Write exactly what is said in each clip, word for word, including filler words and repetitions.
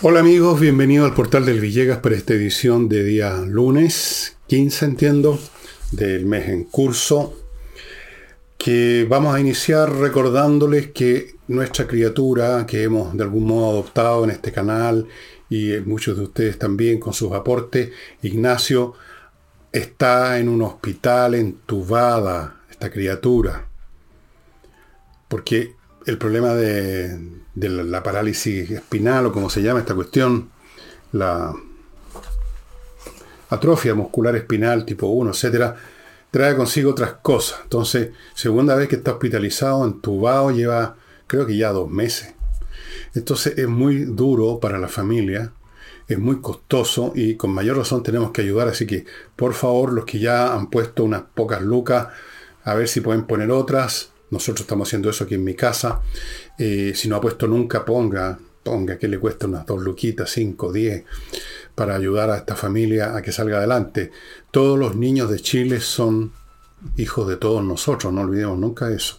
Hola amigos, bienvenidos al Portal del Villegas para esta edición de día lunes quince, entiendo, del mes en curso, que vamos a iniciar recordándoles que nuestra criatura, que hemos de algún modo adoptado en este canal, y muchos de ustedes también con sus aportes, Ignacio, está en un hospital entubada, esta criatura, porque el problema de, de la, la parálisis espinal, o como se llama esta cuestión, la atrofia muscular espinal tipo uno, etcétera, trae consigo otras cosas. Entonces, segunda vez que está hospitalizado, entubado, lleva creo que ya dos meses. Entonces es muy duro para la familia, es muy costoso y con mayor razón tenemos que ayudar. Así que, por favor, los que ya han puesto unas pocas lucas, a ver si pueden poner otras. Nosotros estamos haciendo eso aquí en mi casa. Eh, si no ha puesto nunca, ponga, ponga, que le cuesta unas dos luquitas, cinco, diez, para ayudar a esta familia a que salga adelante. Todos los niños de Chile son hijos de todos nosotros, no olvidemos nunca eso.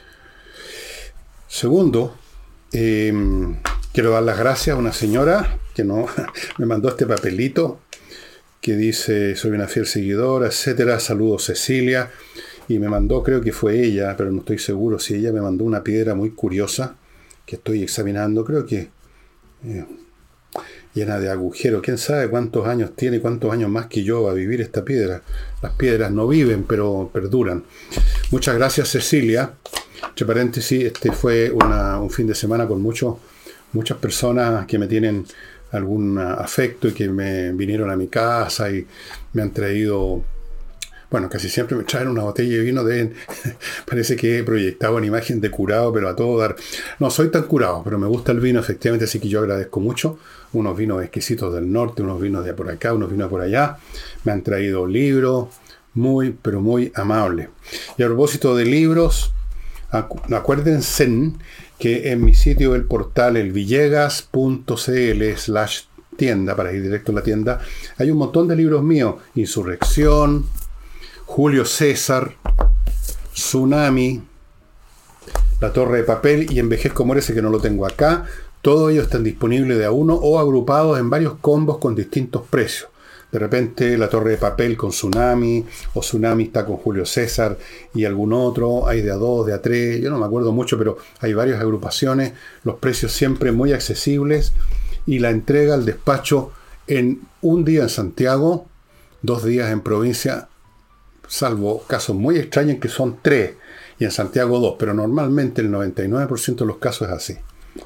Segundo, eh, quiero dar las gracias a una señora que no, me mandó este papelito que dice: soy una fiel seguidora, etcétera. Saludos, Cecilia. Y me mandó, creo que fue ella, pero no estoy seguro si ella me mandó una piedra muy curiosa que estoy examinando. Creo que eh, llena de agujeros. ¿Quién sabe cuántos años tiene, cuántos años más que yo va a vivir esta piedra? Las piedras no viven, pero perduran. Muchas gracias, Cecilia. Entre paréntesis, este fue una, un fin de semana con muchos, muchas personas que me tienen algún afecto y que me vinieron a mi casa y me han traído... Bueno, casi siempre me traen una botella de vino. Deben, parece que he proyectado una imagen de curado, pero a todo dar. No soy tan curado, pero me gusta el vino, efectivamente, así que yo agradezco mucho. Unos vinos exquisitos del norte, unos vinos de por acá, unos vinos de por allá. Me han traído libros muy, pero muy amables. Y a propósito de libros, acu- acuérdense que en mi sitio, el portal elvillegas.cl slash tienda, para ir directo a la tienda, hay un montón de libros míos. Insurrección, Julio César, Tsunami, La Torre de Papel y Envejezco Muérese, que no lo tengo acá. Todos ellos están disponibles de a uno o agrupados en varios combos con distintos precios. De repente La Torre de Papel con Tsunami, o Tsunami está con Julio César y algún otro. Hay de a dos, de a tres, yo no me acuerdo mucho, pero hay varias agrupaciones. Los precios siempre muy accesibles y la entrega al despacho en un día en Santiago, dos días en provincia, salvo casos muy extraños que son tres, y en Santiago dos, pero normalmente el noventa y nueve por ciento de los casos es así.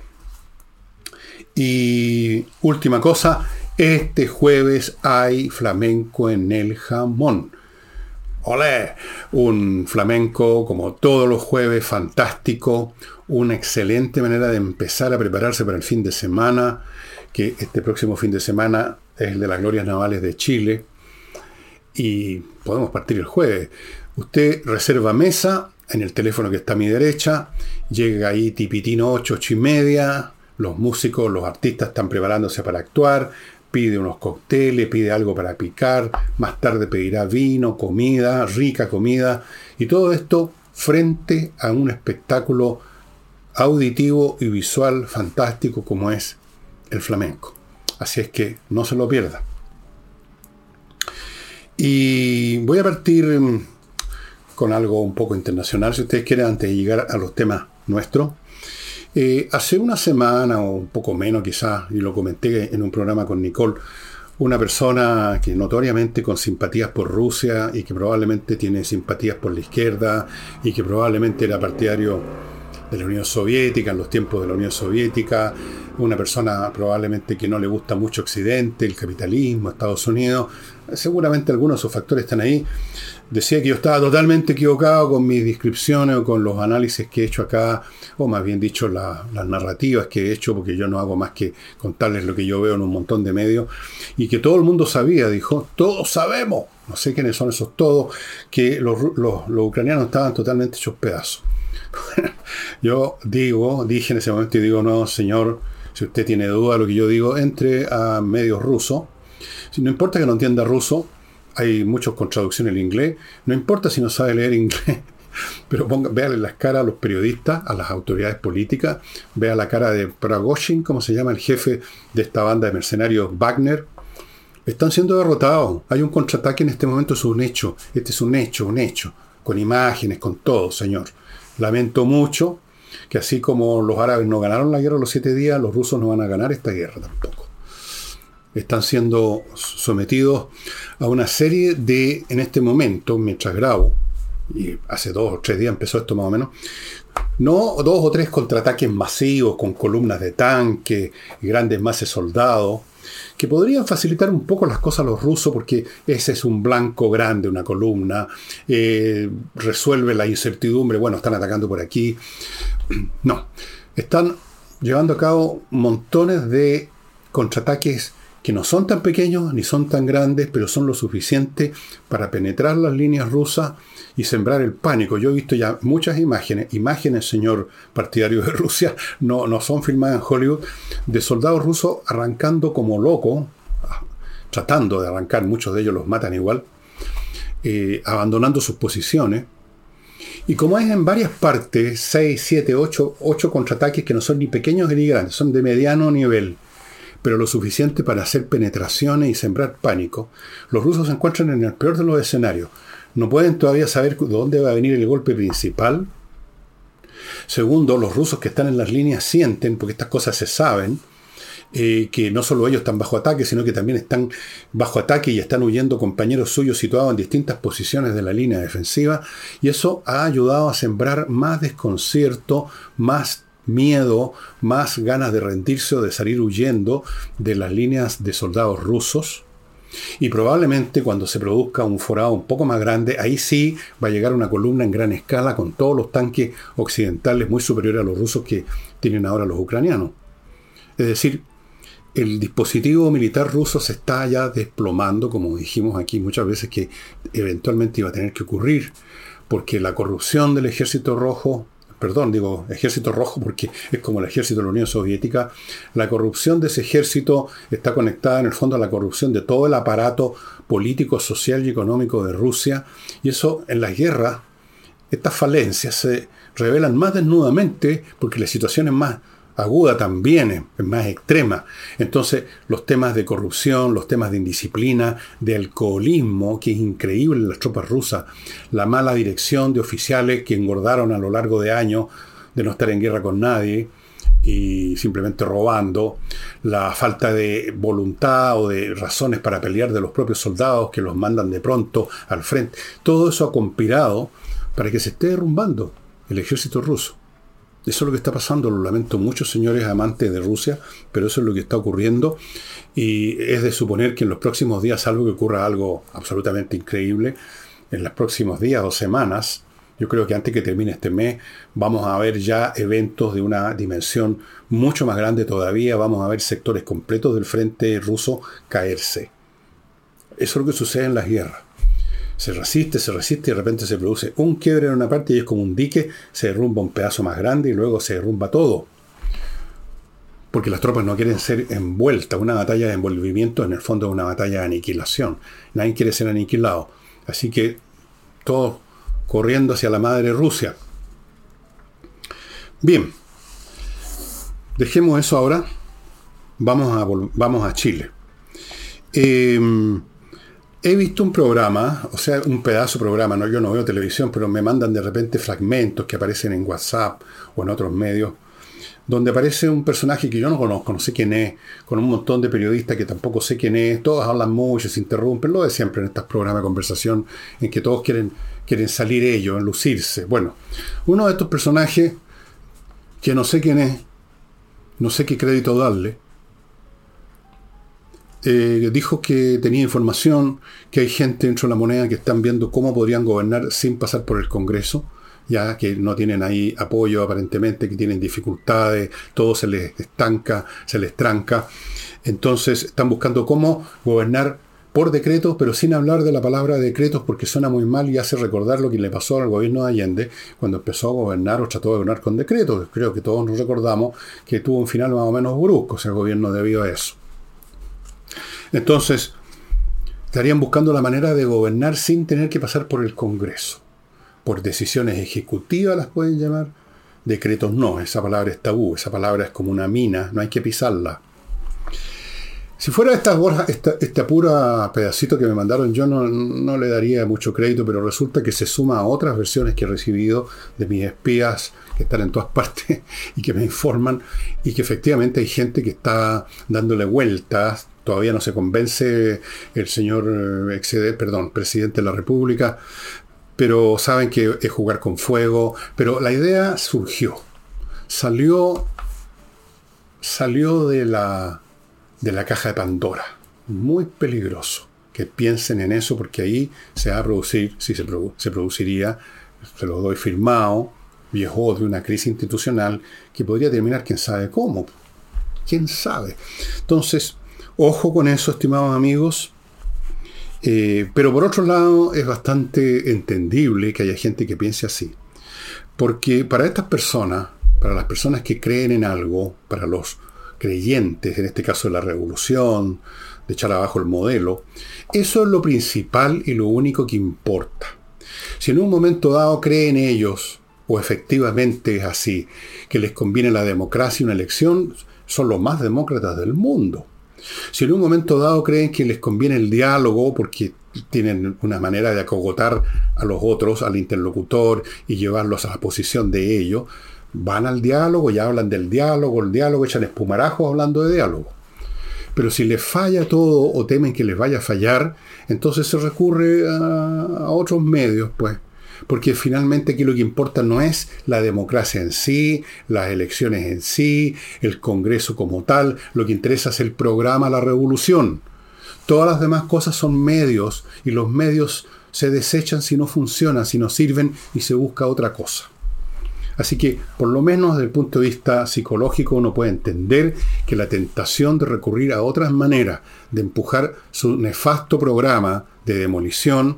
Y última cosa, este jueves hay flamenco en el Jamón. ¡Olé! Un flamenco, como todos los jueves, fantástico, una excelente manera de empezar a prepararse para el fin de semana, que este próximo fin de semana es el de las Glorias Navales de Chile. Y podemos partir el jueves. Usted reserva mesa en el teléfono que está a mi derecha, llega ahí tipitino ocho, ocho y media, los músicos, los artistas están preparándose para actuar, pide unos cócteles, pide algo para picar, más tarde pedirá vino, comida, rica comida, y todo esto frente a un espectáculo auditivo y visual fantástico como es el flamenco. Así es que no se lo pierda. Y voy a partir con algo un poco internacional, si ustedes quieren, antes de llegar a los temas nuestros. Eh, hace una semana o un poco menos quizás, y lo comenté en un programa con Nicole, una persona que notoriamente con simpatías por Rusia y que probablemente tiene simpatías por la izquierda y que probablemente era partidario de la Unión Soviética, en los tiempos de la Unión Soviética, una persona probablemente que no le gusta mucho Occidente, el capitalismo, Estados Unidos, seguramente algunos de esos factores están ahí. Decía que yo estaba totalmente equivocado con mis descripciones o con los análisis que he hecho acá, o más bien dicho, la, las narrativas que he hecho, porque yo no hago más que contarles lo que yo veo en un montón de medios, y que todo el mundo sabía, dijo, todos sabemos, no sé quiénes son esos todos, que los, los, los ucranianos estaban totalmente hechos pedazos. Yo digo, dije en ese momento y digo, no, señor, si usted tiene duda de lo que yo digo, entre a medios rusos. Si no importa que no entienda ruso, hay muchos con traducción en inglés, no importa si no sabe leer inglés, Pero ponga, véale las caras a los periodistas, a las autoridades políticas, vea la cara de Prigozhin, como se llama el jefe de esta banda de mercenarios Wagner. Están siendo derrotados. Hay un contraataque en este momento, es un hecho. Este es un hecho, un hecho. Con imágenes, con todo, señor. Lamento mucho que así como los árabes no ganaron la guerra los siete días, los rusos no van a ganar esta guerra tampoco. Están siendo sometidos a una serie de, en este momento, mientras grabo, y hace dos o tres días empezó esto más o menos, no dos o tres contraataques masivos con columnas de tanque y grandes masas de soldados, que podrían facilitar un poco las cosas a los rusos, porque ese es un blanco grande, una columna, eh, resuelve la incertidumbre, bueno, están atacando por aquí. No, están llevando a cabo montones de contraataques que no son tan pequeños ni son tan grandes, pero son lo suficiente para penetrar las líneas rusas y sembrar el pánico. Yo he visto ya muchas imágenes, imágenes, señor partidario de Rusia, no, no son filmadas en Hollywood, de soldados rusos arrancando como locos, tratando de arrancar, muchos de ellos los matan igual, eh, abandonando sus posiciones. Y como es en varias partes, seis, siete, ocho, ocho contraataques que no son ni pequeños ni grandes, son de mediano nivel, pero lo suficiente para hacer penetraciones y sembrar pánico, los rusos se encuentran en el peor de los escenarios. No pueden todavía saber dónde va a venir el golpe principal. Segundo, los rusos que están en las líneas sienten, porque estas cosas se saben, eh, que no solo ellos están bajo ataque, sino que también están bajo ataque y están huyendo compañeros suyos situados en distintas posiciones de la línea defensiva, y eso ha ayudado a sembrar más desconcierto, más miedo, más ganas de rendirse o de salir huyendo de las líneas de soldados rusos. Y probablemente cuando se produzca un forado un poco más grande, ahí sí va a llegar una columna en gran escala con todos los tanques occidentales muy superiores a los rusos que tienen ahora los ucranianos. Es decir, el dispositivo militar ruso se está ya desplomando, como dijimos aquí muchas veces que eventualmente iba a tener que ocurrir, porque la corrupción del ejército rojo, perdón, digo ejército rojo porque es como el ejército de la Unión Soviética, la corrupción de ese ejército está conectada en el fondo a la corrupción de todo el aparato político, social y económico de Rusia, y eso en las guerras, estas falencias se revelan más desnudamente porque la situación es más aguda también, es más extrema. Entonces los temas de corrupción, los temas de indisciplina, de alcoholismo, que es increíble en las tropas rusas, la mala dirección de oficiales que engordaron a lo largo de años de no estar en guerra con nadie y simplemente robando, la falta de voluntad o de razones para pelear de los propios soldados que los mandan de pronto al frente, todo eso ha conspirado para que se esté derrumbando el ejército ruso. Eso es lo que está pasando, lo lamento mucho, señores amantes de Rusia, pero eso es lo que está ocurriendo, y es de suponer que en los próximos días, salvo que ocurra algo absolutamente increíble, en los próximos días o semanas, yo creo que antes que termine este mes, vamos a ver ya eventos de una dimensión mucho más grande todavía, vamos a ver sectores completos del frente ruso caerse. Eso es lo que sucede en las guerras. Se resiste, se resiste y de repente se produce un quiebre en una parte y es como un dique, se derrumba un pedazo más grande y luego se derrumba todo. Porque las tropas no quieren ser envueltas. Una batalla de envolvimiento en el fondo es una batalla de aniquilación. Nadie quiere ser aniquilado. Así que todos corriendo hacia la madre Rusia. Bien, dejemos eso ahora. Vamos a, vamos a Chile. Eh, He visto un programa, o sea, un pedazo de programa, no, yo no veo televisión, pero me mandan de repente fragmentos que aparecen en WhatsApp o en otros medios, donde aparece un personaje que yo no conozco, no sé quién es, con un montón de periodistas que tampoco sé quién es, todos hablan mucho, se interrumpen, lo de siempre en estos programas de conversación, en que todos quieren, quieren salir ellos, lucirse. Bueno, uno de estos personajes, que no sé quién es, no sé qué crédito darle, Eh, dijo que tenía información, que hay gente dentro de la moneda que están viendo cómo podrían gobernar sin pasar por el Congreso, ya que no tienen ahí apoyo aparentemente, que tienen dificultades, todo se les estanca, se les tranca. Entonces están buscando cómo gobernar por decretos, pero sin hablar de la palabra decretos porque suena muy mal y hace recordar lo que le pasó al gobierno de Allende cuando empezó a gobernar o trató de gobernar con decretos. Creo que todos nos recordamos que tuvo un final más o menos brusco ese gobierno debido a eso. Entonces, estarían buscando la manera de gobernar sin tener que pasar por el Congreso. por decisiones ejecutivas las pueden llamar, decretos no, esa palabra es tabú, esa palabra es como una mina, no hay que pisarla. Si fuera esta, esta, esta pura pedacito que me mandaron, yo no, no le daría mucho crédito, pero resulta que se suma a otras versiones que he recibido de mis espías que están en todas partes y que me informan, y que efectivamente hay gente que está dándole vueltas. Todavía no se convence el señor excede, perdón, presidente de la República, pero saben que es jugar con fuego. Pero la idea surgió, salió, salió de la... de la caja de Pandora. Muy peligroso que piensen en eso, porque ahí se va a producir, si se, produ- se produciría, se lo doy firmado, viejo, de una crisis institucional que podría terminar quién sabe cómo. ¿Quién sabe? Entonces, ojo con eso, estimados amigos. Eh, pero por otro lado, es bastante entendible que haya gente que piense así. Porque para estas personas, para las personas que creen en algo, para los creyentes, en este caso de la revolución, de echar abajo el modelo, eso es lo principal y lo único que importa. Si en un momento dado creen ellos, o efectivamente es así, que les conviene la democracia y una elección, son los más demócratas del mundo. Si en un momento dado creen que les conviene el diálogo porque tienen una manera de acogotar a los otros, al interlocutor, y llevarlos a la posición de ellos, van al diálogo y hablan del diálogo, el diálogo, echan espumarajos hablando de diálogo. Pero si les falla todo o temen que les vaya a fallar, entonces se recurre a, a otros medios, pues. Porque finalmente aquí lo que importa no es la democracia en sí, las elecciones en sí, el Congreso como tal, lo que interesa es el programa La Revolución. Todas las demás cosas son medios, y los medios se desechan si no funcionan, si no sirven, y se busca otra cosa. Así que, por lo menos desde el punto de vista psicológico, uno puede entender que la tentación de recurrir a otras maneras de empujar su nefasto programa de demolición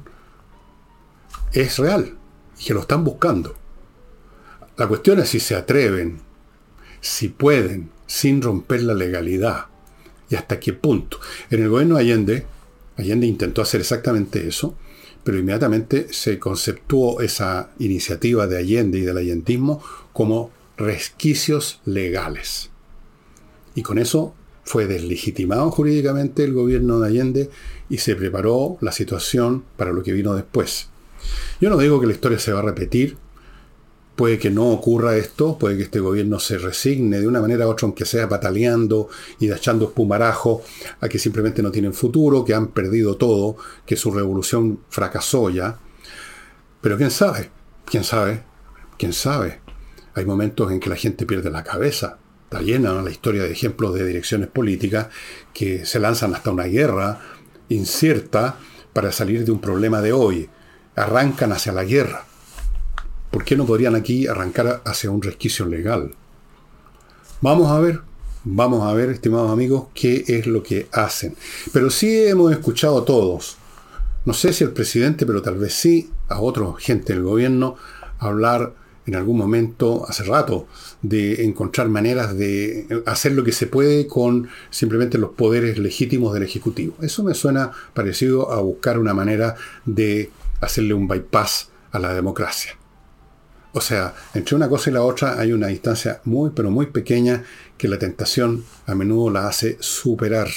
es real, y que lo están buscando. La cuestión es si se atreven, si pueden, sin romper la legalidad, y hasta qué punto. En el gobierno de Allende, Allende intentó hacer exactamente eso, pero inmediatamente se conceptuó esa iniciativa de Allende y del allendismo como resquicios legales. Y con eso fue deslegitimado jurídicamente el gobierno de Allende y se preparó la situación para lo que vino después. Yo no digo que la historia se va a repetir, puede que no ocurra esto, puede que este gobierno se resigne de una manera u otra, aunque sea pataleando y echando espumarajo a que simplemente no tienen futuro, que han perdido todo, que su revolución fracasó ya. Pero quién sabe, quién sabe, quién sabe. Hay momentos en que la gente pierde la cabeza. Está llena, ¿no?, la historia de ejemplos de direcciones políticas que se lanzan hasta una guerra incierta para salir de un problema de hoy. Arrancan hacia la guerra. ¿Por qué no podrían aquí arrancar hacia un resquicio legal? Vamos a ver, vamos a ver, estimados amigos, qué es lo que hacen. Pero sí hemos escuchado todos, no sé si el presidente, pero tal vez sí, a otra gente del gobierno, hablar en algún momento, hace rato, de encontrar maneras de hacer lo que se puede con simplemente los poderes legítimos del Ejecutivo. Eso me suena parecido a buscar una manera de hacerle un bypass a la democracia. O sea, entre una cosa y la otra hay una distancia muy, pero muy pequeña que la tentación a menudo la hace superar.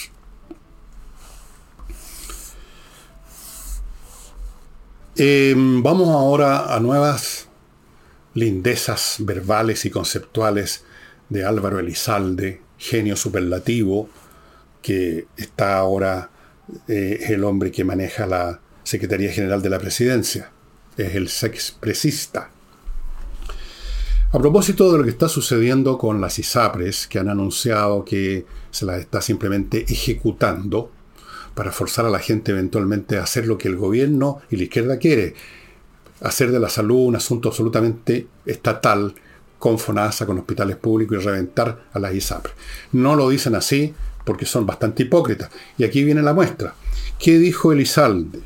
Eh, vamos ahora a nuevas lindezas verbales y conceptuales de Álvaro Elizalde, genio superlativo, que está ahora, eh, es el hombre que maneja la Secretaría General de la Presidencia. Es el sexpresista. A propósito de lo que está sucediendo con las ISAPRES, que han anunciado que se las está simplemente ejecutando para forzar a la gente eventualmente a hacer lo que el gobierno y la izquierda quiere, hacer de la salud un asunto absolutamente estatal, con FONASA, con hospitales públicos, y reventar a las ISAPRES. No lo dicen así porque son bastante hipócritas. Y aquí viene la muestra. ¿Qué dijo Elizalde?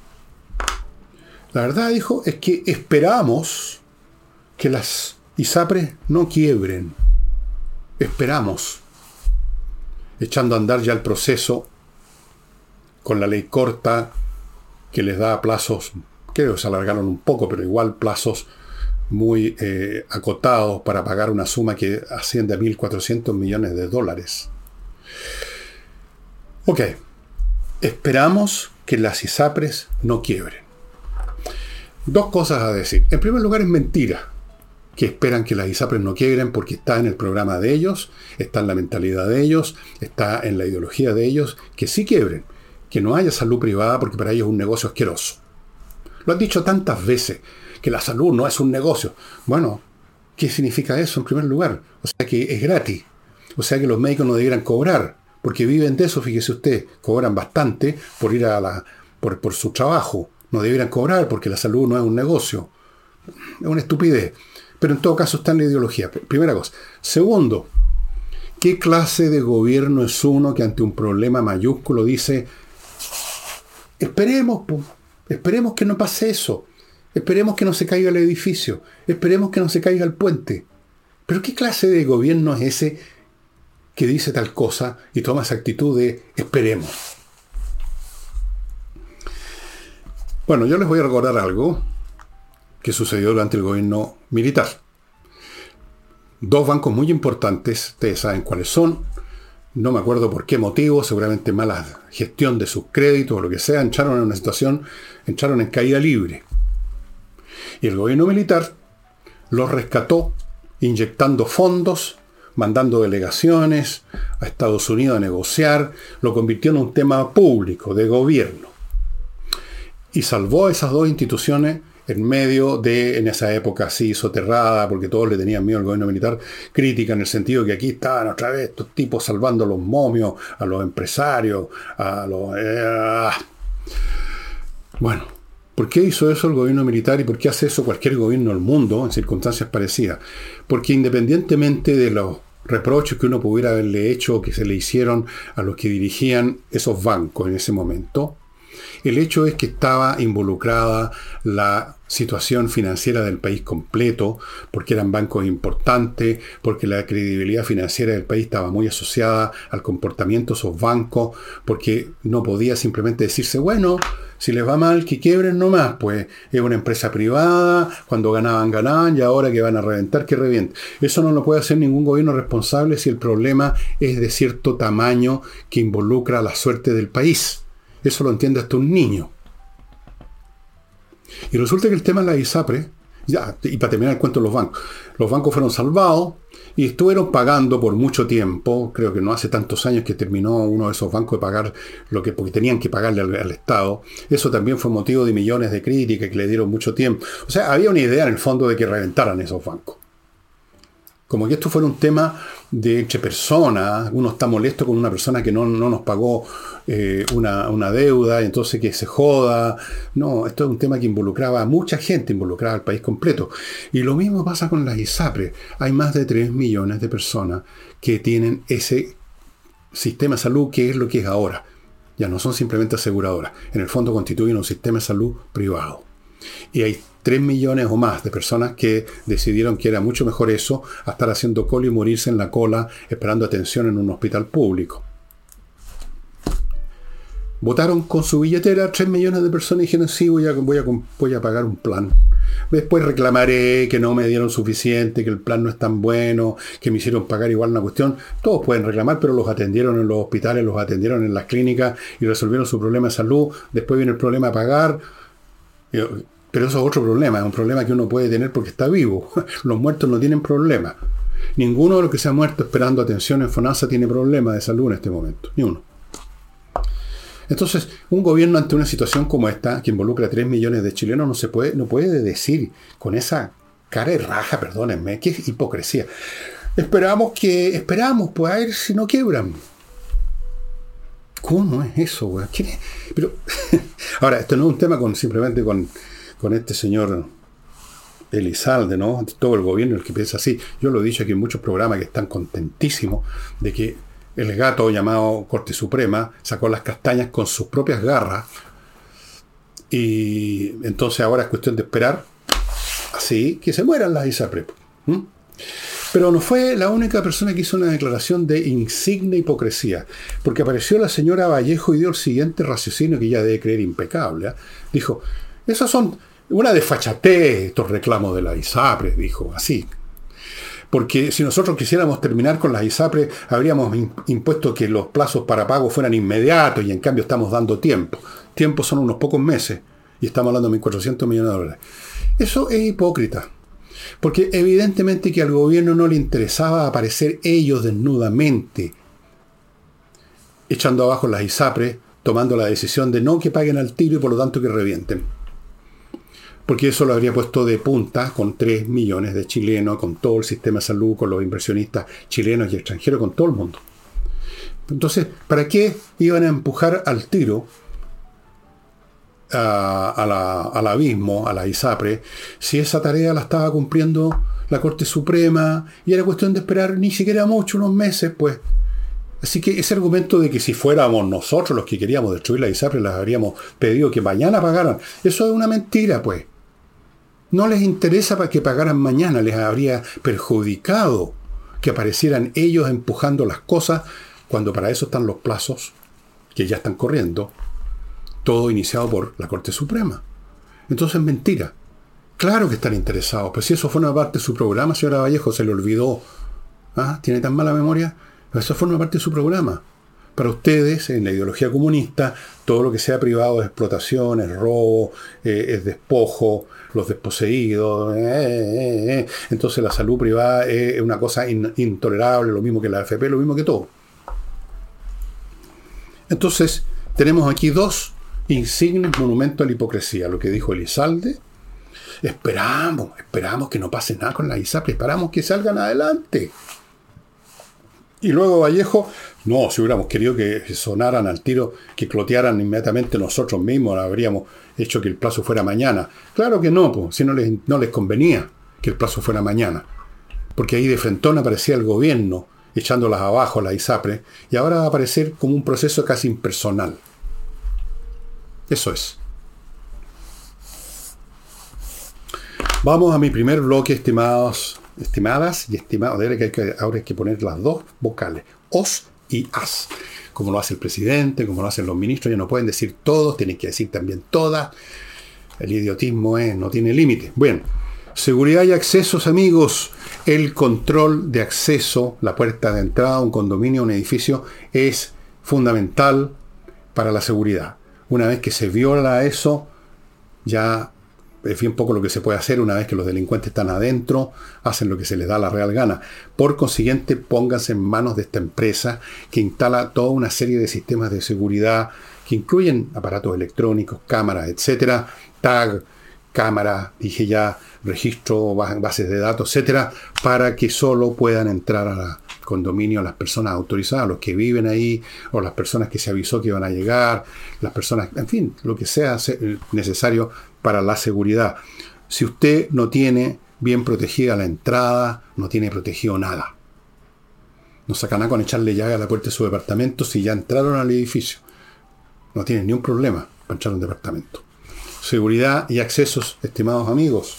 La verdad, dijo, es que esperamos que las ISAPRES no quiebren. Esperamos. Echando a andar ya el proceso con la ley corta que les da plazos creo que se alargaron un poco, pero igual plazos muy eh, acotados para pagar una suma que asciende a mil cuatrocientos millones de dólares. Ok, esperamos que las ISAPRES no quiebren. Dos cosas a decir. En primer lugar, es mentira que esperan que las ISAPRES no quiebren porque está en el programa de ellos, está en la mentalidad de ellos, está en la ideología de ellos, que sí quiebren, que no haya salud privada porque para ellos es un negocio asqueroso. Lo han dicho tantas veces, que la salud no es un negocio. Bueno, ¿qué significa eso en primer lugar? O sea que es gratis, o sea que los médicos no debieran cobrar, porque viven de eso, fíjese usted, cobran bastante por ir a la, por, por su trabajo, no debieran cobrar porque la salud no es un negocio. Es una estupidez. Pero en todo caso está en la ideología. Primera cosa. Segundo, ¿qué clase de gobierno es uno que ante un problema mayúsculo dice, esperemos, po, esperemos que no pase eso, esperemos que no se caiga el edificio, esperemos que no se caiga el puente? ¿Pero qué clase de gobierno es ese que dice tal cosa y toma esa actitud de esperemos? Bueno, yo les voy a recordar algo que sucedió durante el gobierno militar. Dos bancos muy importantes, ustedes saben cuáles son, no me acuerdo por qué motivo, seguramente mala gestión de sus créditos o lo que sea, entraron en una situación, entraron en caída libre. Y el gobierno militar los rescató inyectando fondos, mandando delegaciones a Estados Unidos a negociar, lo convirtió en un tema público, de gobierno. Y salvó a esas dos instituciones en medio de, en esa época así soterrada, porque todos le tenían miedo al gobierno militar, crítica en el sentido que aquí estaban otra vez estos tipos salvando a los momios, a los empresarios, a los... Eh, bueno, ¿por qué hizo eso el gobierno militar y por qué hace eso cualquier gobierno del mundo en circunstancias parecidas? Porque independientemente de los reproches que uno pudiera haberle hecho o que se le hicieron a los que dirigían esos bancos en ese momento, el hecho es que estaba involucrada la situación financiera del país completo, porque eran bancos importantes, porque la credibilidad financiera del país estaba muy asociada al comportamiento de esos bancos, porque no podía simplemente decirse, bueno, si les va mal, que quiebren nomás, pues es una empresa privada, cuando ganaban, ganaban, y ahora que van a reventar, que revienten. Eso no lo puede hacer ningún gobierno responsable si el problema es de cierto tamaño que involucra la suerte del país. Eso lo entiende hasta un niño. Y resulta que el tema de la ISAPRES, ya, y para terminar el cuento de los bancos, los bancos fueron salvados y estuvieron pagando por mucho tiempo, creo que no hace tantos años que terminó uno de esos bancos de pagar lo que porque tenían que pagarle al, al Estado. Eso también fue motivo de millones de críticas que le dieron mucho tiempo. O sea, había una idea en el fondo de que reventaran esos bancos. Como que esto fuera un tema de entre personas, uno está molesto con una persona que no, no nos pagó eh, una, una deuda, entonces que se joda. No, esto es un tema que involucraba a mucha gente, involucraba al país completo. Y lo mismo pasa con las ISAPRES. Hay más de tres millones de personas que tienen ese sistema de salud que es lo que es ahora. Ya no son simplemente aseguradoras. En el fondo constituyen un sistema de salud privado. Y hay tres millones o más de personas que decidieron que era mucho mejor eso a estar haciendo cola y morirse en la cola esperando atención en un hospital público. Votaron con su billetera tres millones de personas y dijeron, sí, voy a, voy a, voy a pagar un plan. Después reclamaré que no me dieron suficiente, que el plan no es tan bueno, que me hicieron pagar igual una cuestión. Todos pueden reclamar, pero los atendieron en los hospitales, los atendieron en las clínicas y resolvieron su problema de salud. Después viene el problema de pagar. Pero eso es otro problema, es un problema que uno puede tener porque está vivo. Los muertos no tienen problema. Ninguno de los que se ha muerto esperando atención en FONASA tiene problema de salud en este momento, ni uno. Entonces, un gobierno ante una situación como esta, que involucra a tres millones de chilenos, no se puede, no puede decir con esa cara de raja, perdónenme, qué hipocresía. Esperamos que, esperamos, pues a ver si no quiebran. ¿Cómo es eso, güey? Pero, ahora, esto no es un tema con simplemente con, con este señor Elizalde, ¿no? Todo el gobierno el que piensa así. Yo lo he dicho aquí en muchos programas que están contentísimos de que el gato llamado Corte Suprema sacó las castañas con sus propias garras y entonces ahora es cuestión de esperar así que se mueran las ISAPRES. ¿Mm? Pero no fue la única persona que hizo una declaración de insigne hipocresía, porque apareció la señora Vallejo y dio el siguiente raciocinio que ella debe creer impecable. ¿eh? Dijo, esas son, Una desfachatez estos reclamos de la ISAPRES, dijo, así. Porque si nosotros quisiéramos terminar con las ISAPRES, habríamos impuesto que los plazos para pago fueran inmediatos y en cambio estamos dando tiempo. Tiempo son unos pocos meses y estamos hablando de mil cuatrocientos millones de dólares. Eso es hipócrita. Porque evidentemente que al gobierno no le interesaba aparecer ellos desnudamente, echando abajo las ISAPRES, tomando la decisión de no que paguen al tiro y por lo tanto que revienten. Porque eso lo habría puesto de punta con tres millones de chilenos, con todo el sistema de salud, con los inversionistas chilenos y extranjeros, con todo el mundo. Entonces, ¿para qué iban a empujar al tiro a, a la, al abismo, a la ISAPRE, si esa tarea la estaba cumpliendo la Corte Suprema y era cuestión de esperar ni siquiera mucho, unos meses, pues? Así que ese argumento de que si fuéramos nosotros los que queríamos destruir la ISAPRE, les habríamos pedido que mañana pagaran, eso es una mentira, pues. No les interesa para que pagaran mañana, les habría perjudicado que aparecieran ellos empujando las cosas cuando para eso están los plazos que ya están corriendo, todo iniciado por la Corte Suprema. Entonces, mentira. Claro que están interesados, pues si eso fue una parte de su programa, señora Vallejo, se le olvidó. ¿Ah? ¿Tiene tan mala memoria? Pero eso forma parte de su programa. Para ustedes, en la ideología comunista, todo lo que sea privado es explotación, es robo, eh, es despojo, los desposeídos. Eh, eh, eh. Entonces la salud privada es una cosa in, intolerable, lo mismo que la A F P, lo mismo que todo. Entonces, tenemos aquí dos insignes monumentos a la hipocresía. Lo que dijo Elizalde, esperamos, esperamos que no pase nada con la ISAPRE, esperamos que salgan adelante. Y luego Vallejo, no, si hubiéramos querido que sonaran al tiro, que clotearan inmediatamente nosotros mismos, habríamos hecho que el plazo fuera mañana. Claro que no, pues, si no les, no les convenía que el plazo fuera mañana. Porque ahí de frentón aparecía el gobierno echándolas abajo, la ISAPRE, y ahora va a aparecer como un proceso casi impersonal. Eso es. Vamos a mi primer bloque, estimados. Estimadas y estimados, que hay que, ahora hay que poner las dos vocales, os y as, como lo hace el presidente, como lo hacen los ministros, ya no pueden decir todos, tienen que decir también todas, el idiotismo es, no tiene límite. Bueno, seguridad y accesos, amigos, el control de acceso, la puerta de entrada a un condominio, a un edificio, es fundamental para la seguridad. Una vez que se viola eso, ya es bien poco lo que se puede hacer. Una vez que los delincuentes están adentro, hacen lo que se les da la real gana. Por consiguiente, pónganse en manos de esta empresa que instala toda una serie de sistemas de seguridad que incluyen aparatos electrónicos, cámaras, etcétera, tag, cámaras, dije ya, registro, bases de datos, etcétera, para que solo puedan entrar a la condominio las personas autorizadas, los que viven ahí, o las personas que se avisó que iban a llegar, las personas, en fin, lo que sea necesario para la seguridad. Si usted no tiene bien protegida la entrada, no tiene protegido nada. No saca nada con echarle llave a la puerta de su departamento si ya entraron al edificio. No tienen ni un problema para entrar a un departamento. Seguridad y accesos, estimados amigos.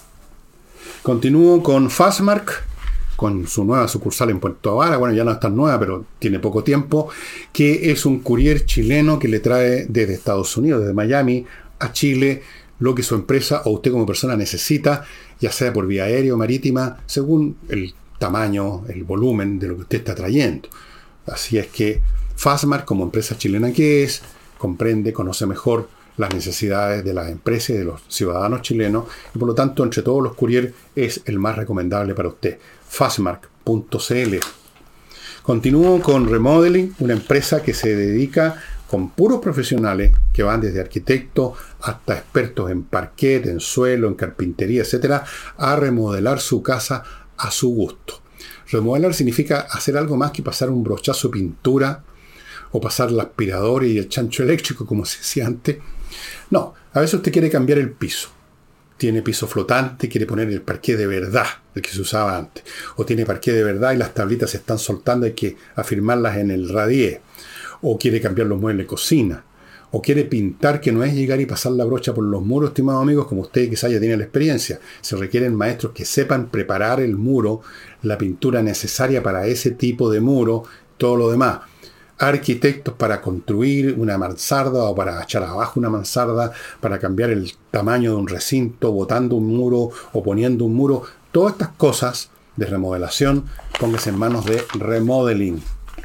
Continúo con Fastmark, con su nueva sucursal en Puerto Vara. Bueno, ya no es tan nueva, pero tiene poco tiempo, que es un courier chileno que le trae desde Estados Unidos, desde Miami a Chile, lo que su empresa o usted como persona necesita, ya sea por vía aérea o marítima, según el tamaño, el volumen de lo que usted está trayendo. Así es que Fastmark, como empresa chilena que es, comprende, conoce mejor las necesidades de las empresas y de los ciudadanos chilenos, y por lo tanto, entre todos los courier, es el más recomendable para usted. Fastmark punto c l. Continúo con Remodeling, una empresa que se dedica con puros profesionales que van desde arquitectos hasta expertos en parquet, en suelo, en carpintería, etcétera, a remodelar su casa a su gusto. Remodelar significa hacer algo más que pasar un brochazo de pintura o pasar el aspirador y el chancho eléctrico, como se decía antes. No, a veces usted quiere cambiar el piso. Tiene piso flotante, quiere poner el parqué de verdad, el que se usaba antes. O tiene parqué de verdad y las tablitas se están soltando, hay que afirmarlas en el radier. O quiere cambiar los muebles de cocina. O quiere pintar, que no es llegar y pasar la brocha por los muros, estimados amigos, como usted quizá ya tiene la experiencia. Se requieren maestros que sepan preparar el muro, la pintura necesaria para ese tipo de muro, todo lo demás. arquitectos para construir una mansarda o para echar abajo una mansarda, para cambiar el tamaño de un recinto, botando un muro o poniendo un muro. Todas estas cosas de remodelación, póngase en manos de Remodeling.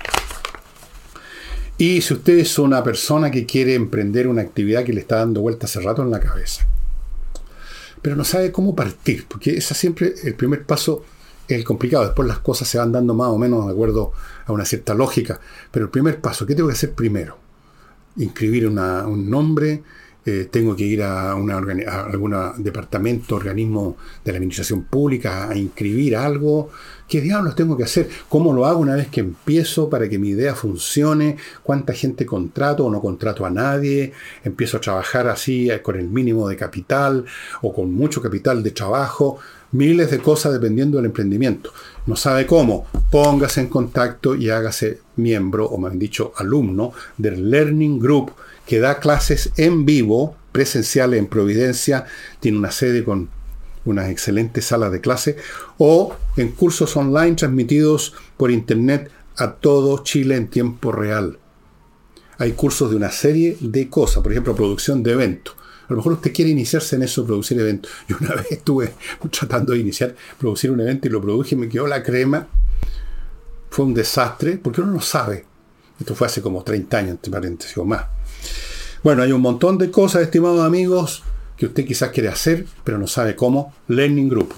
Y si usted es una persona que quiere emprender una actividad que le está dando vuelta hace rato en la cabeza, pero no sabe cómo partir, porque ese siempre el primer paso es el complicado. Después las cosas se van dando más o menos de acuerdo a una cierta lógica. Pero el primer paso, ¿qué tengo que hacer primero? Inscribir una, un nombre, eh, tengo que ir a, una organi- a algún departamento, organismo de la administración pública a inscribir algo. ¿Qué diablos tengo que hacer? ¿Cómo lo hago una vez que empiezo para que mi idea funcione? ¿Cuánta gente contrato o no contrato a nadie? ¿Empiezo a trabajar así con el mínimo de capital o con mucho capital de trabajo? Miles de cosas dependiendo del emprendimiento. No sabe cómo, póngase en contacto y hágase miembro, o me han dicho alumno, del Learning Group, que da clases en vivo, presenciales en Providencia, tiene una sede con unas excelentes salas de clase, o en cursos online transmitidos por internet a todo Chile en tiempo real. Hay cursos de una serie de cosas, por ejemplo, producción de eventos. A lo mejor usted quiere iniciarse en eso, producir eventos. Yo una vez estuve tratando de iniciar, producir un evento y lo produje y me quedó la crema. Fue un desastre, porque uno no sabe. Esto fue hace como treinta años, entre paréntesis, o más. Bueno, hay un montón de cosas, estimados amigos, que usted quizás quiere hacer, pero no sabe cómo. Learning Group.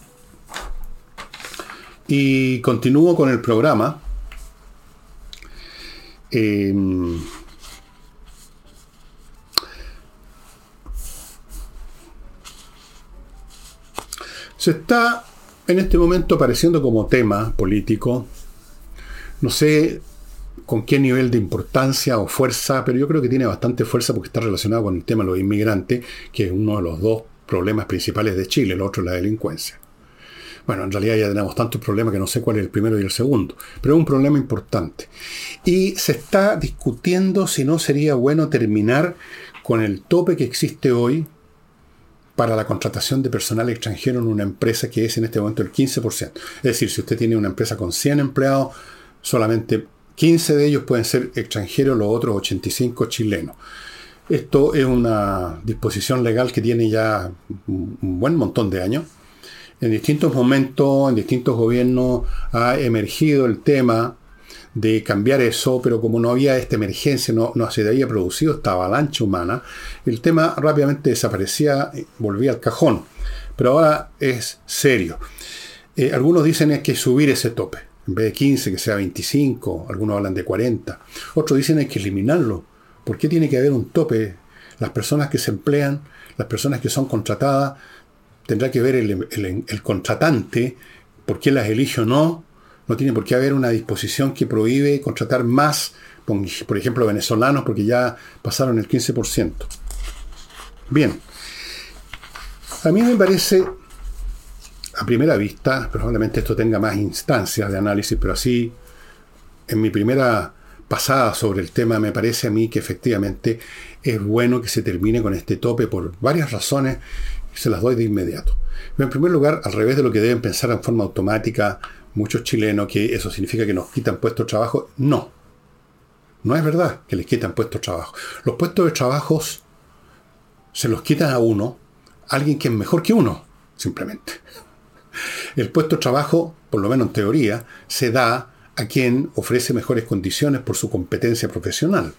Y continúo con el programa. Eh, Se está en este momento apareciendo como tema político, no sé con qué nivel de importancia o fuerza, pero yo creo que tiene bastante fuerza porque está relacionado con el tema de los inmigrantes, que es uno de los dos problemas principales de Chile, el otro es la delincuencia. Bueno, en realidad ya tenemos tantos problemas que no sé cuál es el primero y el segundo, pero es un problema importante. Y se está discutiendo si no sería bueno terminar con el tope que existe hoy para la contratación de personal extranjero en una empresa que es en este momento el quince por ciento. Es decir, si usted tiene una empresa con cien empleados, solamente quince de ellos pueden ser extranjeros, los otros ochenta y cinco chilenos. Esto es una disposición legal que tiene ya un buen montón de años. En distintos momentos, en distintos gobiernos, ha emergido el tema de cambiar eso, pero como no había esta emergencia, no, no se había producido esta avalancha humana, el tema rápidamente desaparecía, volvía al cajón. Pero ahora es serio. Eh, algunos dicen es que subir ese tope. En vez de quince, que sea veinticinco, algunos hablan de cuarenta. Otros dicen hay que eliminarlo. ¿Por qué tiene que haber un tope? Las personas que se emplean, las personas que son contratadas, tendrá que ver el, el, el contratante, por qué las elige o no. No tiene por qué haber una disposición que prohíbe contratar más, por ejemplo, venezolanos, porque ya pasaron el quince por ciento. Bien. A mí me parece, a primera vista, probablemente esto tenga más instancias de análisis, pero así, en mi primera pasada sobre el tema, me parece a mí que efectivamente es bueno que se termine con este tope por varias razones, y se las doy de inmediato. Pero en primer lugar, al revés de lo que deben pensar en forma automática muchos chilenos, que eso significa que nos quitan puestos de trabajo. No, no es verdad que les quitan puestos de trabajo. Los puestos de trabajo se los quitan a uno, a alguien que es mejor que uno, simplemente. El puesto de trabajo, por lo menos en teoría, se da a quien ofrece mejores condiciones por su competencia profesional.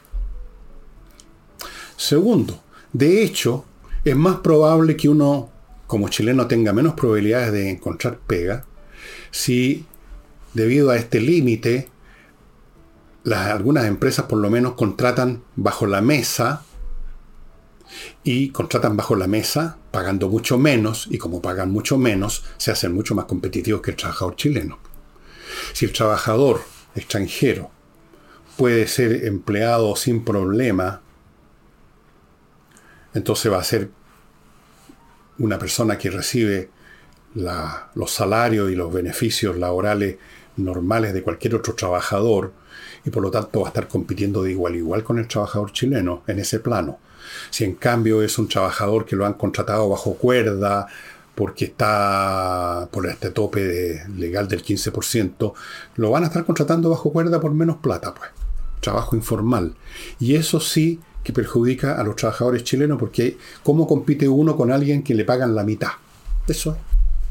Segundo, de hecho, es más probable que uno, como chileno, tenga menos probabilidades de encontrar pega si, debido a este límite, las, algunas empresas por lo menos contratan bajo la mesa y contratan bajo la mesa pagando mucho menos, y como pagan mucho menos, se hacen mucho más competitivos que el trabajador chileno. Si el trabajador extranjero puede ser empleado sin problema, entonces va a ser una persona que recibe la, los salarios y los beneficios laborales normales de cualquier otro trabajador, y por lo tanto va a estar compitiendo de igual a igual con el trabajador chileno en ese plano. Si en cambio es un trabajador que lo han contratado bajo cuerda porque está por este tope de, legal del quince por ciento, lo van a estar contratando bajo cuerda por menos plata, pues. trabajo informal. Y eso sí que perjudica a los trabajadores chilenos, porque ¿cómo compite uno con alguien que le pagan la mitad? Eso es.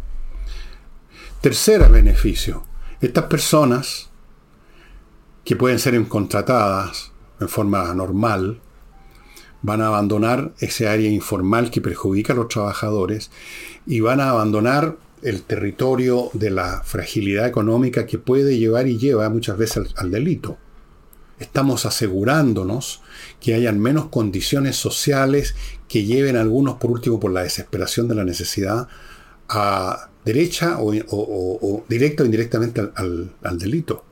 Tercer beneficio. Estas personas que pueden ser contratadas en forma normal van a abandonar ese área informal que perjudica a los trabajadores y van a abandonar el territorio de la fragilidad económica que puede llevar y lleva muchas veces al, al delito. Estamos asegurándonos que hayan menos condiciones sociales que lleven a algunos, por último, por la desesperación de la necesidad, a derecha o, o, o, o directa o indirectamente al, al, al delito.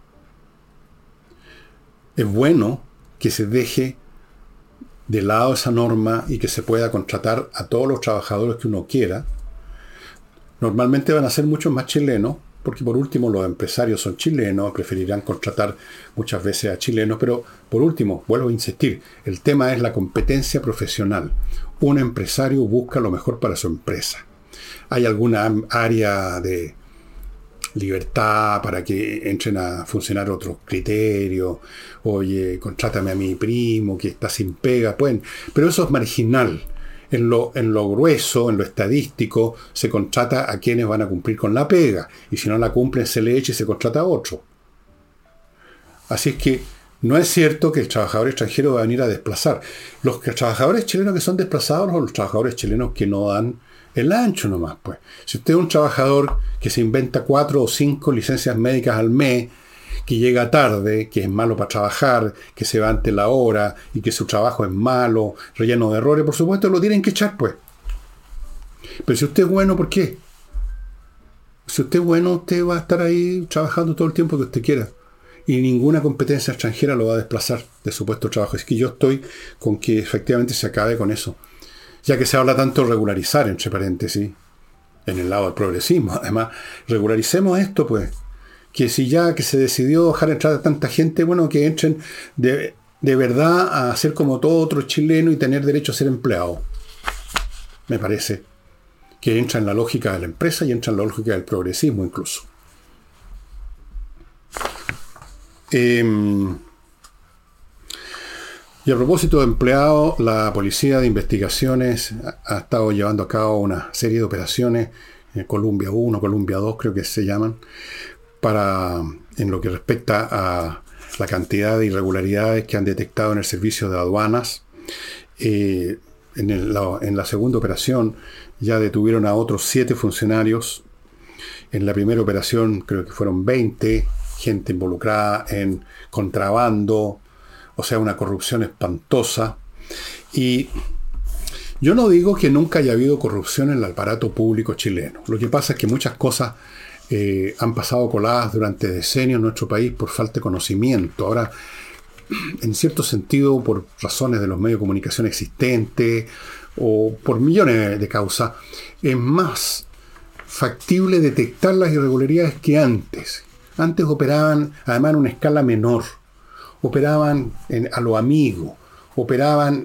Es bueno que se deje de lado esa norma y que se pueda contratar a todos los trabajadores que uno quiera. Normalmente van a ser muchos más chilenos, porque por último los empresarios son chilenos, preferirán contratar muchas veces a chilenos, pero por último, vuelvo a insistir, el tema es la competencia profesional. Un empresario busca lo mejor para su empresa. Hay alguna área de libertad para que entren a funcionar otros criterios. Oye, contrátame a mi primo que está sin pega. Pueden, pero eso es marginal. En lo, en lo grueso, en lo estadístico, se contrata a quienes van a cumplir con la pega. Y si no la cumplen, se le echa y se contrata a otro. Así es que no es cierto que el trabajador extranjero va a venir a desplazar. Los trabajadores chilenos que son desplazados son los trabajadores chilenos que no dan el ancho nomás, pues. Si usted es un trabajador que se inventa cuatro o cinco licencias médicas al mes, que llega tarde, que es malo para trabajar, que se va ante la hora y que su trabajo es malo, relleno de errores, por supuesto lo tienen que echar, pues. Pero si usted es bueno, ¿por qué? Si usted es bueno, usted va a estar ahí trabajando todo el tiempo que usted quiera. Y ninguna competencia extranjera lo va a desplazar de su puesto de trabajo. Es que yo estoy con que efectivamente se acabe con eso. Ya que se habla tanto de regularizar, entre paréntesis, en el lado del progresismo. Además, regularicemos esto, pues. Que si ya que se decidió dejar entrar a tanta gente, bueno, que entren de, de verdad a ser como todo otro chileno y tener derecho a ser empleado. Me parece que entra en la lógica de la empresa y entra en la lógica del progresismo incluso. Eh, y a propósito de empleados, la Policía de Investigaciones ha estado llevando a cabo una serie de operaciones, eh, Columbia uno, Columbia dos creo que se llaman, para, en lo que respecta a la cantidad de irregularidades que han detectado en el servicio de aduanas. Eh, en, el, la, en la segunda operación ya detuvieron a otros siete funcionarios. En la primera operación creo que fueron veinte, gente involucrada en contrabando, o sea, una corrupción espantosa. Y yo no digo que nunca haya habido corrupción en el aparato público chileno. Lo que pasa es que muchas cosas Eh, han pasado coladas durante decenios en nuestro país por falta de conocimiento. Ahora, en cierto sentido, por razones de los medios de comunicación existentes o por millones de causas, es más factible detectar las irregularidades que antes. Antes operaban, además, en una escala menor. Operaban en, a lo amigo. Operaban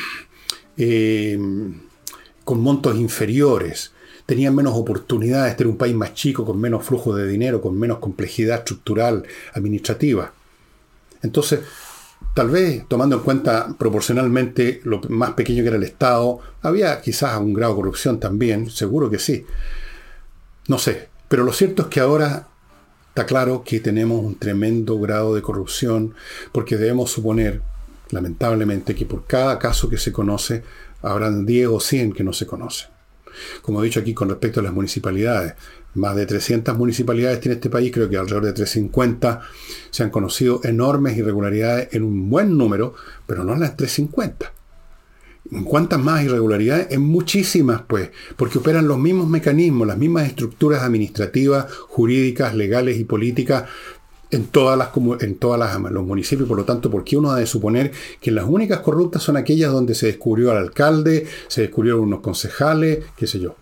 eh, con montos inferiores. Tenían menos oportunidades, tener un país más chico, con menos flujo de dinero, con menos complejidad estructural, administrativa. Entonces, tal vez, tomando en cuenta proporcionalmente lo más pequeño que era el Estado, había quizás un grado de corrupción también, seguro que sí. No sé, pero lo cierto es que ahora está claro que tenemos un tremendo grado de corrupción, porque debemos suponer, lamentablemente, que por cada caso que se conoce, habrán diez o cien que no se conocen. Como he dicho aquí con respecto a las municipalidades, más de trescientas municipalidades tiene este país, creo que alrededor de trescientas cincuenta se han conocido enormes irregularidades en un buen número, pero no en las trescientas cincuenta. ¿En cuántas más irregularidades? En muchísimas, pues, porque operan los mismos mecanismos, las mismas estructuras administrativas, jurídicas, legales y políticas en todas las en todas las los municipios. Por lo tanto, ¿por qué uno ha de suponer que las únicas corruptas son aquellas donde se descubrió al alcalde, se descubrieron unos concejales, qué sé yo?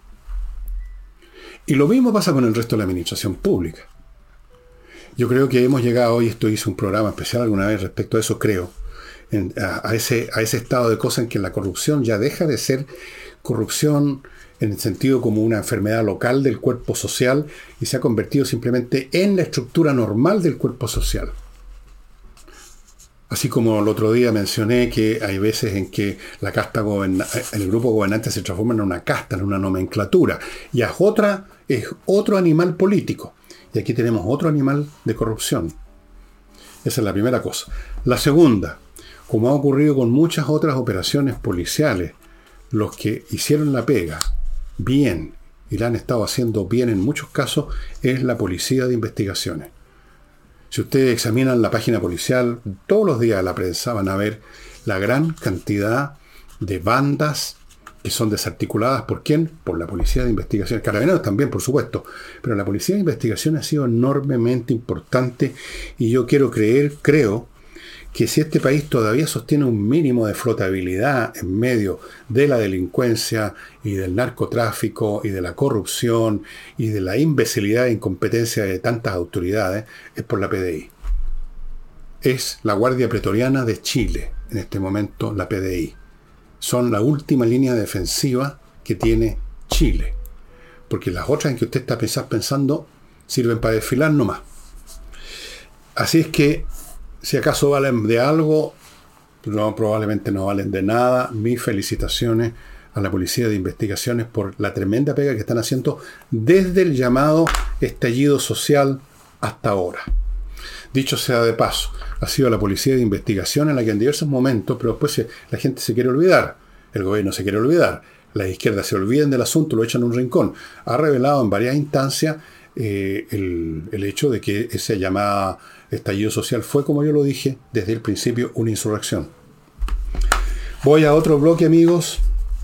Y lo mismo pasa con el resto de la administración pública. Yo creo que hemos llegado hoy, esto hice un programa especial alguna vez respecto a eso, creo, en, a, a, ese, a ese estado de cosas en que la corrupción ya deja de ser corrupción en el sentido como una enfermedad local del cuerpo social y se ha convertido simplemente en la estructura normal del cuerpo social. Así como el otro día mencioné que hay veces en que la casta goberna- el grupo gobernante se transforma en una casta, en una nomenclatura, y es otra, es otro animal político. Y aquí tenemos otro animal de corrupción. Esa es la primera cosa. La segunda, como ha ocurrido con muchas otras operaciones policiales, los que hicieron la pega bien, y la han estado haciendo bien en muchos casos, es la policía de investigaciones. Si ustedes examinan la página policial, todos los días de la prensa van a ver la gran cantidad de bandas que son desarticuladas. ¿Por quién? Por la policía de investigaciones. Carabineros también, por supuesto. Pero la policía de investigaciones ha sido enormemente importante y yo quiero creer, creo, que si este país todavía sostiene un mínimo de flotabilidad en medio de la delincuencia y del narcotráfico y de la corrupción y de la imbecilidad e incompetencia de tantas autoridades, es por la P D I. Es la Guardia Pretoriana de Chile, en este momento la P D I. Son la última línea defensiva que tiene Chile. Porque las otras en que usted está pensando sirven para desfilar nomás. Así es que si acaso valen de algo, no, probablemente no valen de nada. Mis felicitaciones a la Policía de Investigaciones por la tremenda pega que están haciendo desde el llamado estallido social hasta ahora. Dicho sea de paso, ha sido la Policía de Investigación en la que en diversos momentos, pero después la gente se quiere olvidar, el gobierno se quiere olvidar, las izquierdas se olviden del asunto, lo echan en un rincón. Ha revelado en varias instancias eh, el, el hecho de que esa llamada estallido social fue, como yo lo dije, desde el principio una insurrección. Voy a otro bloque, amigos.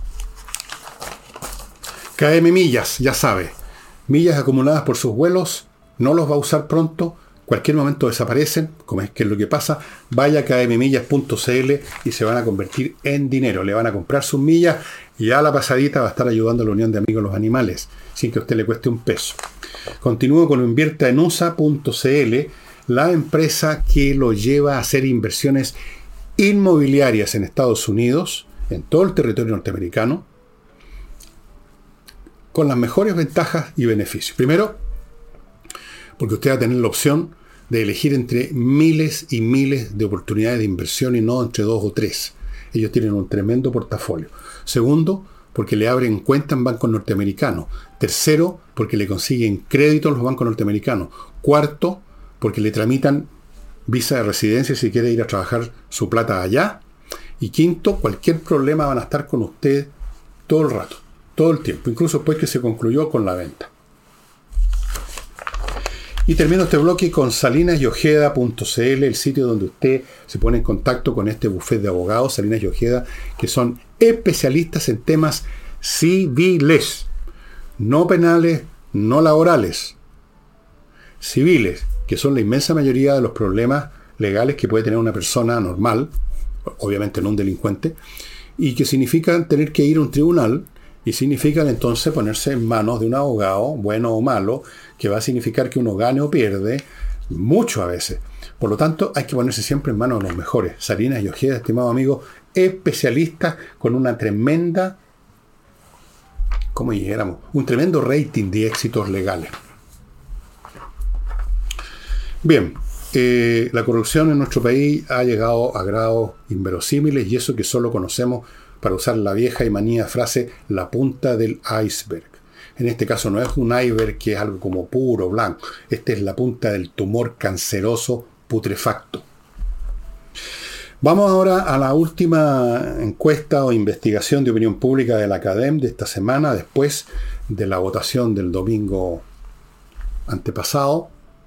K M Millas, ya sabe. Millas acumuladas por sus vuelos, no los va a usar pronto, cualquier momento desaparecen, como es que es lo que pasa. Vaya a k m millas punto c l y se van a convertir en dinero. Le van a comprar sus millas y a la pasadita va a estar ayudando a la Unión de Amigos de los Animales, sin que a usted le cueste un peso. Continúo con invierta en u s a punto c l, la empresa que lo lleva a hacer inversiones inmobiliarias en Estados Unidos, en todo el territorio norteamericano, con las mejores ventajas y beneficios. Primero, porque usted va a tener la opción de elegir entre miles y miles de oportunidades de inversión y no entre dos o tres. Ellos tienen un tremendo portafolio. Segundo, porque le abren cuenta en bancos norteamericanos. Tercero, porque le consiguen crédito en los bancos norteamericanos. Cuarto, porque le tramitan visa de residencia si quiere ir a trabajar su plata allá. Y quinto, cualquier problema van a estar con usted todo el rato, todo el tiempo, incluso después que se concluyó con la venta. Y termino este bloque con salinas y ojeda punto c l, el sitio donde usted se pone en contacto con este bufete de abogados, Salinas y Ojeda, que son especialistas en temas civiles, no penales, no laborales, civiles, que son la inmensa mayoría de los problemas legales que puede tener una persona normal, obviamente no un delincuente, y que significan tener que ir a un tribunal, y significan entonces ponerse en manos de un abogado, bueno o malo, que va a significar que uno gane o pierde, mucho a veces. Por lo tanto, hay que ponerse siempre en manos de los mejores. Salinas y Ojeda, estimado amigo, especialistas con una tremenda, ¿cómo dijéramos? Un tremendo rating de éxitos legales. Bien, eh, la corrupción en nuestro país ha llegado a grados inverosímiles, y eso que solo conocemos, para usar la vieja y manía frase, la punta del iceberg. En este caso no es un iceberg que es algo como puro, blanco. Esta es la punta del tumor canceroso putrefacto. Vamos ahora a la última encuesta o investigación de opinión pública de la Academ de esta semana, después de la votación del domingo antepasado.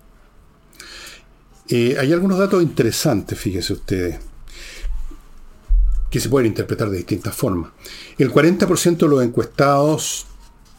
Eh, hay algunos datos interesantes, fíjense ustedes, que se pueden interpretar de distintas formas. El cuarenta por ciento de los encuestados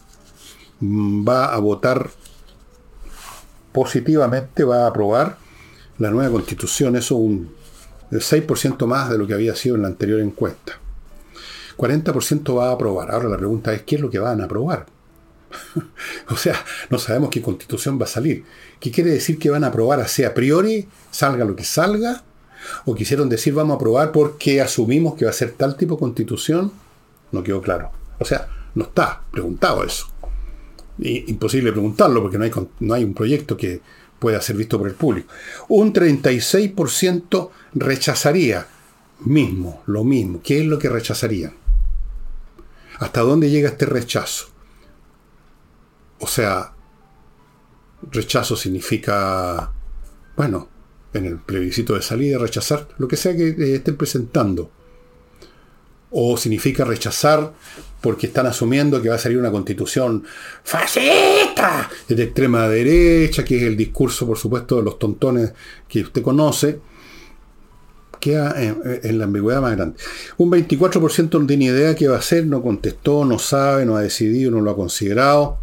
va a votar positivamente, va a aprobar la nueva Constitución. Eso es un el seis por ciento más de lo que había sido en la anterior encuesta. cuarenta por ciento va a aprobar. Ahora la pregunta es, ¿qué es lo que van a aprobar? O sea, no sabemos qué Constitución va a salir. ¿Qué quiere decir que van a aprobar así a priori, salga lo que salga? ¿O quisieron decir vamos a aprobar porque asumimos que va a ser tal tipo de Constitución? No quedó claro. O sea, no está preguntado eso. Y, imposible preguntarlo porque no hay, no hay un proyecto que pueda ser visto por el público. Un treinta y seis por ciento rechazaría mismo, lo mismo. ¿Qué es lo que rechazarían? ¿Hasta dónde llega este rechazo? O sea, rechazo significa, bueno, en el plebiscito de salida, rechazar lo que sea que eh, estén presentando. O significa rechazar porque están asumiendo que va a salir una constitución fascista, de extrema derecha, que es el discurso, por supuesto, de los tontones que usted conoce. Queda en, en la ambigüedad más grande. Un veinticuatro por ciento no tiene idea qué va a hacer, no contestó, no sabe, no ha decidido, no lo ha considerado.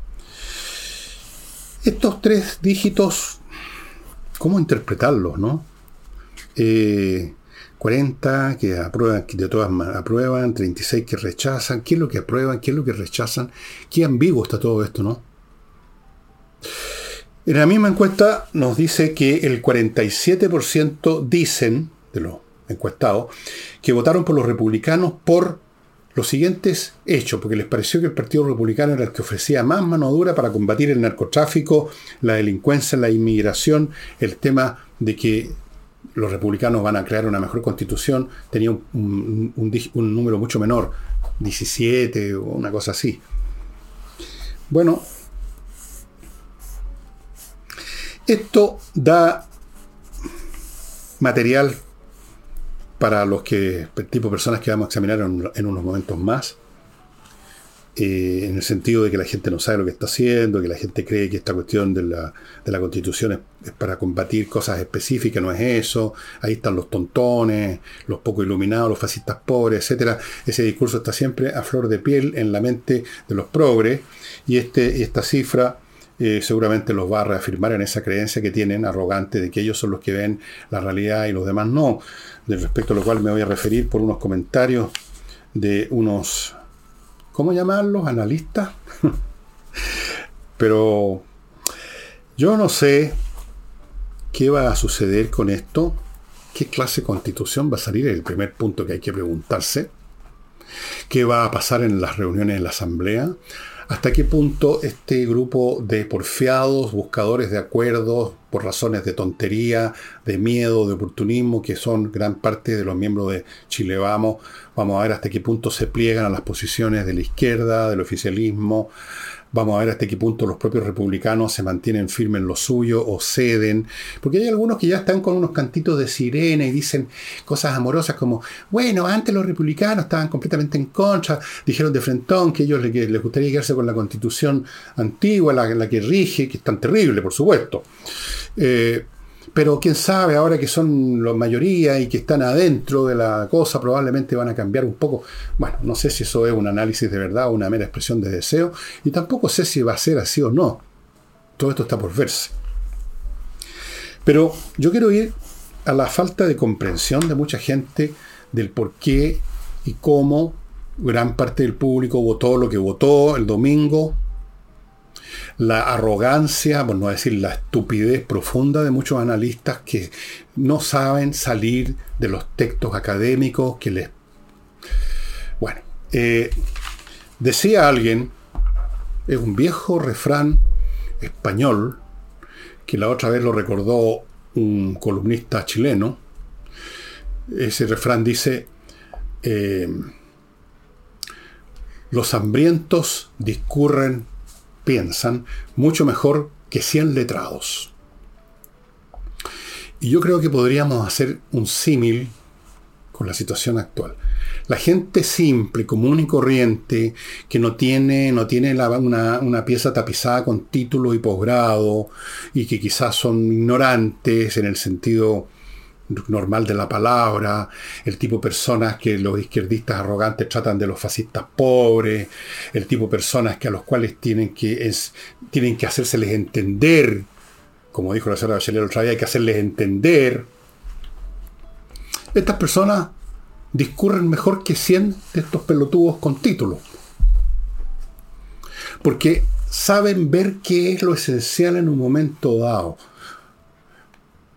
Estos tres dígitos, ¿cómo interpretarlos, no? Eh, cuarenta que aprueban, que de todas maneras aprueban, treinta y seis que rechazan. ¿Qué es lo que aprueban? ¿Qué es lo que rechazan? Qué ambiguo está todo esto, ¿no? En la misma encuesta nos dice que el cuarenta y siete por ciento dicen, de los encuestados, que votaron por los republicanos por los siguientes hechos, porque les pareció que el Partido Republicano era el que ofrecía más mano dura para combatir el narcotráfico, la delincuencia, la inmigración, el tema de que los republicanos van a crear una mejor constitución, tenía un, un, un, un número mucho menor, diecisiete o una cosa así. Bueno, esto da material para los que, el tipo de personas que vamos a examinar en, en unos momentos más, eh, en el sentido de que la gente no sabe lo que está haciendo, que la gente cree que esta cuestión de la, de la Constitución es, es para combatir cosas específicas, no es eso. Ahí están los tontones, los poco iluminados, los fascistas pobres, etcétera. Ese discurso está siempre a flor de piel en la mente de los progres, y este, esta cifra Eh, seguramente los va a reafirmar en esa creencia que tienen arrogante de que ellos son los que ven la realidad y los demás no, de respecto a lo cual me voy a referir por unos comentarios de unos, ¿cómo llamarlos? Analistas. Pero yo no sé qué va a suceder con esto, qué clase de constitución va a salir, es el primer punto que hay que preguntarse. ¿Qué va a pasar en las reuniones de la asamblea? ¿Hasta qué punto este grupo de porfiados, buscadores de acuerdos por razones de tontería, de miedo, de oportunismo, que son gran parte de los miembros de Chile Vamos, vamos a ver hasta qué punto se pliegan a las posiciones de la izquierda, del oficialismo? Vamos a ver hasta qué punto los propios republicanos se mantienen firmes en lo suyo o ceden. Porque hay algunos que ya están con unos cantitos de sirena y dicen cosas amorosas como, bueno, antes los republicanos estaban completamente en contra, dijeron de frentón que a ellos les, les gustaría quedarse con la constitución antigua, la, la que rige, que es tan terrible, por supuesto. Eh, pero quién sabe, ahora que son la mayoría y que están adentro de la cosa, probablemente van a cambiar un poco. Bueno, no sé si eso es un análisis de verdad o una mera expresión de deseo, y tampoco sé si va a ser así o no. Todo esto está por verse. Pero yo quiero ir a la falta de comprensión de mucha gente del por qué y cómo gran parte del público votó lo que votó el domingo. La arrogancia, por no decir la estupidez profunda de muchos analistas que no saben salir de los textos académicos que les... Bueno, eh, decía alguien, es un viejo refrán español, que la otra vez lo recordó un columnista chileno. Ese refrán dice, eh, los hambrientos discurren, piensan, mucho mejor que cien letrados. Y yo creo que podríamos hacer un símil con la situación actual. La gente simple, común y corriente, que no tiene, no tiene la, una, una pieza tapizada con título y posgrado, y que quizás son ignorantes en el sentido normal de la palabra, el tipo de personas que los izquierdistas arrogantes tratan de los fascistas pobres, el tipo de personas que a los cuales tienen que, es, tienen que hacérseles entender, como dijo la señora Bachelet el otro día, hay que hacerles entender. Estas personas discurren mejor que cien de estos pelotudos con títulos, porque saben ver qué es lo esencial en un momento dado,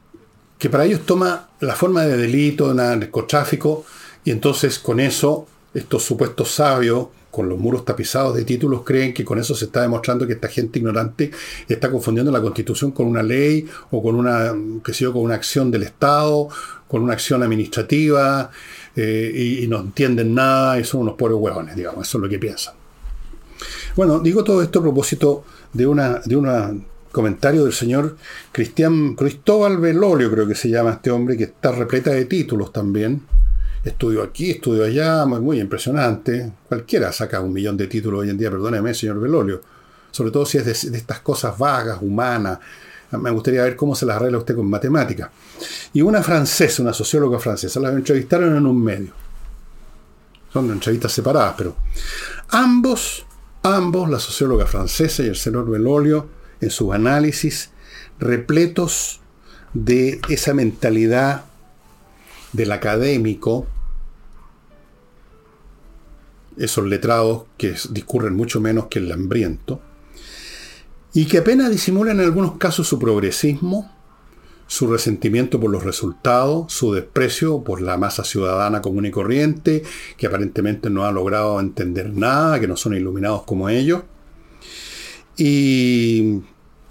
que para ellos toma la forma de delito, de narcotráfico, y entonces con eso estos supuestos sabios, con los muros tapizados de títulos, creen que con eso se está demostrando que esta gente ignorante está confundiendo la Constitución con una ley o con una, qué sé yo, con una acción del Estado, con una acción administrativa, eh, y, y no entienden nada y son unos pobres huevones, digamos, eso es lo que piensan. Bueno, digo todo esto a propósito de una, de una comentario del señor Cristian Cristóbal Belolio, creo que se llama este hombre, que está repleta de títulos también. Estudio aquí, estudio allá, muy, muy impresionante. Cualquiera saca un millón de títulos hoy en día, perdóneme, señor Belolio. Sobre todo si es de, de estas cosas vagas, humanas. Me gustaría ver cómo se las arregla usted con matemáticas. Y una francesa, una socióloga francesa, la entrevistaron en un medio. Son entrevistas separadas, pero ambos, ambos, la socióloga francesa y el señor Belolio, en sus análisis, repletos de esa mentalidad del académico, esos letrados que discurren mucho menos que el hambriento, y que apenas disimulan en algunos casos su progresismo, su resentimiento por los resultados, su desprecio por la masa ciudadana común y corriente, que aparentemente no ha logrado entender nada, que no son iluminados como ellos. Y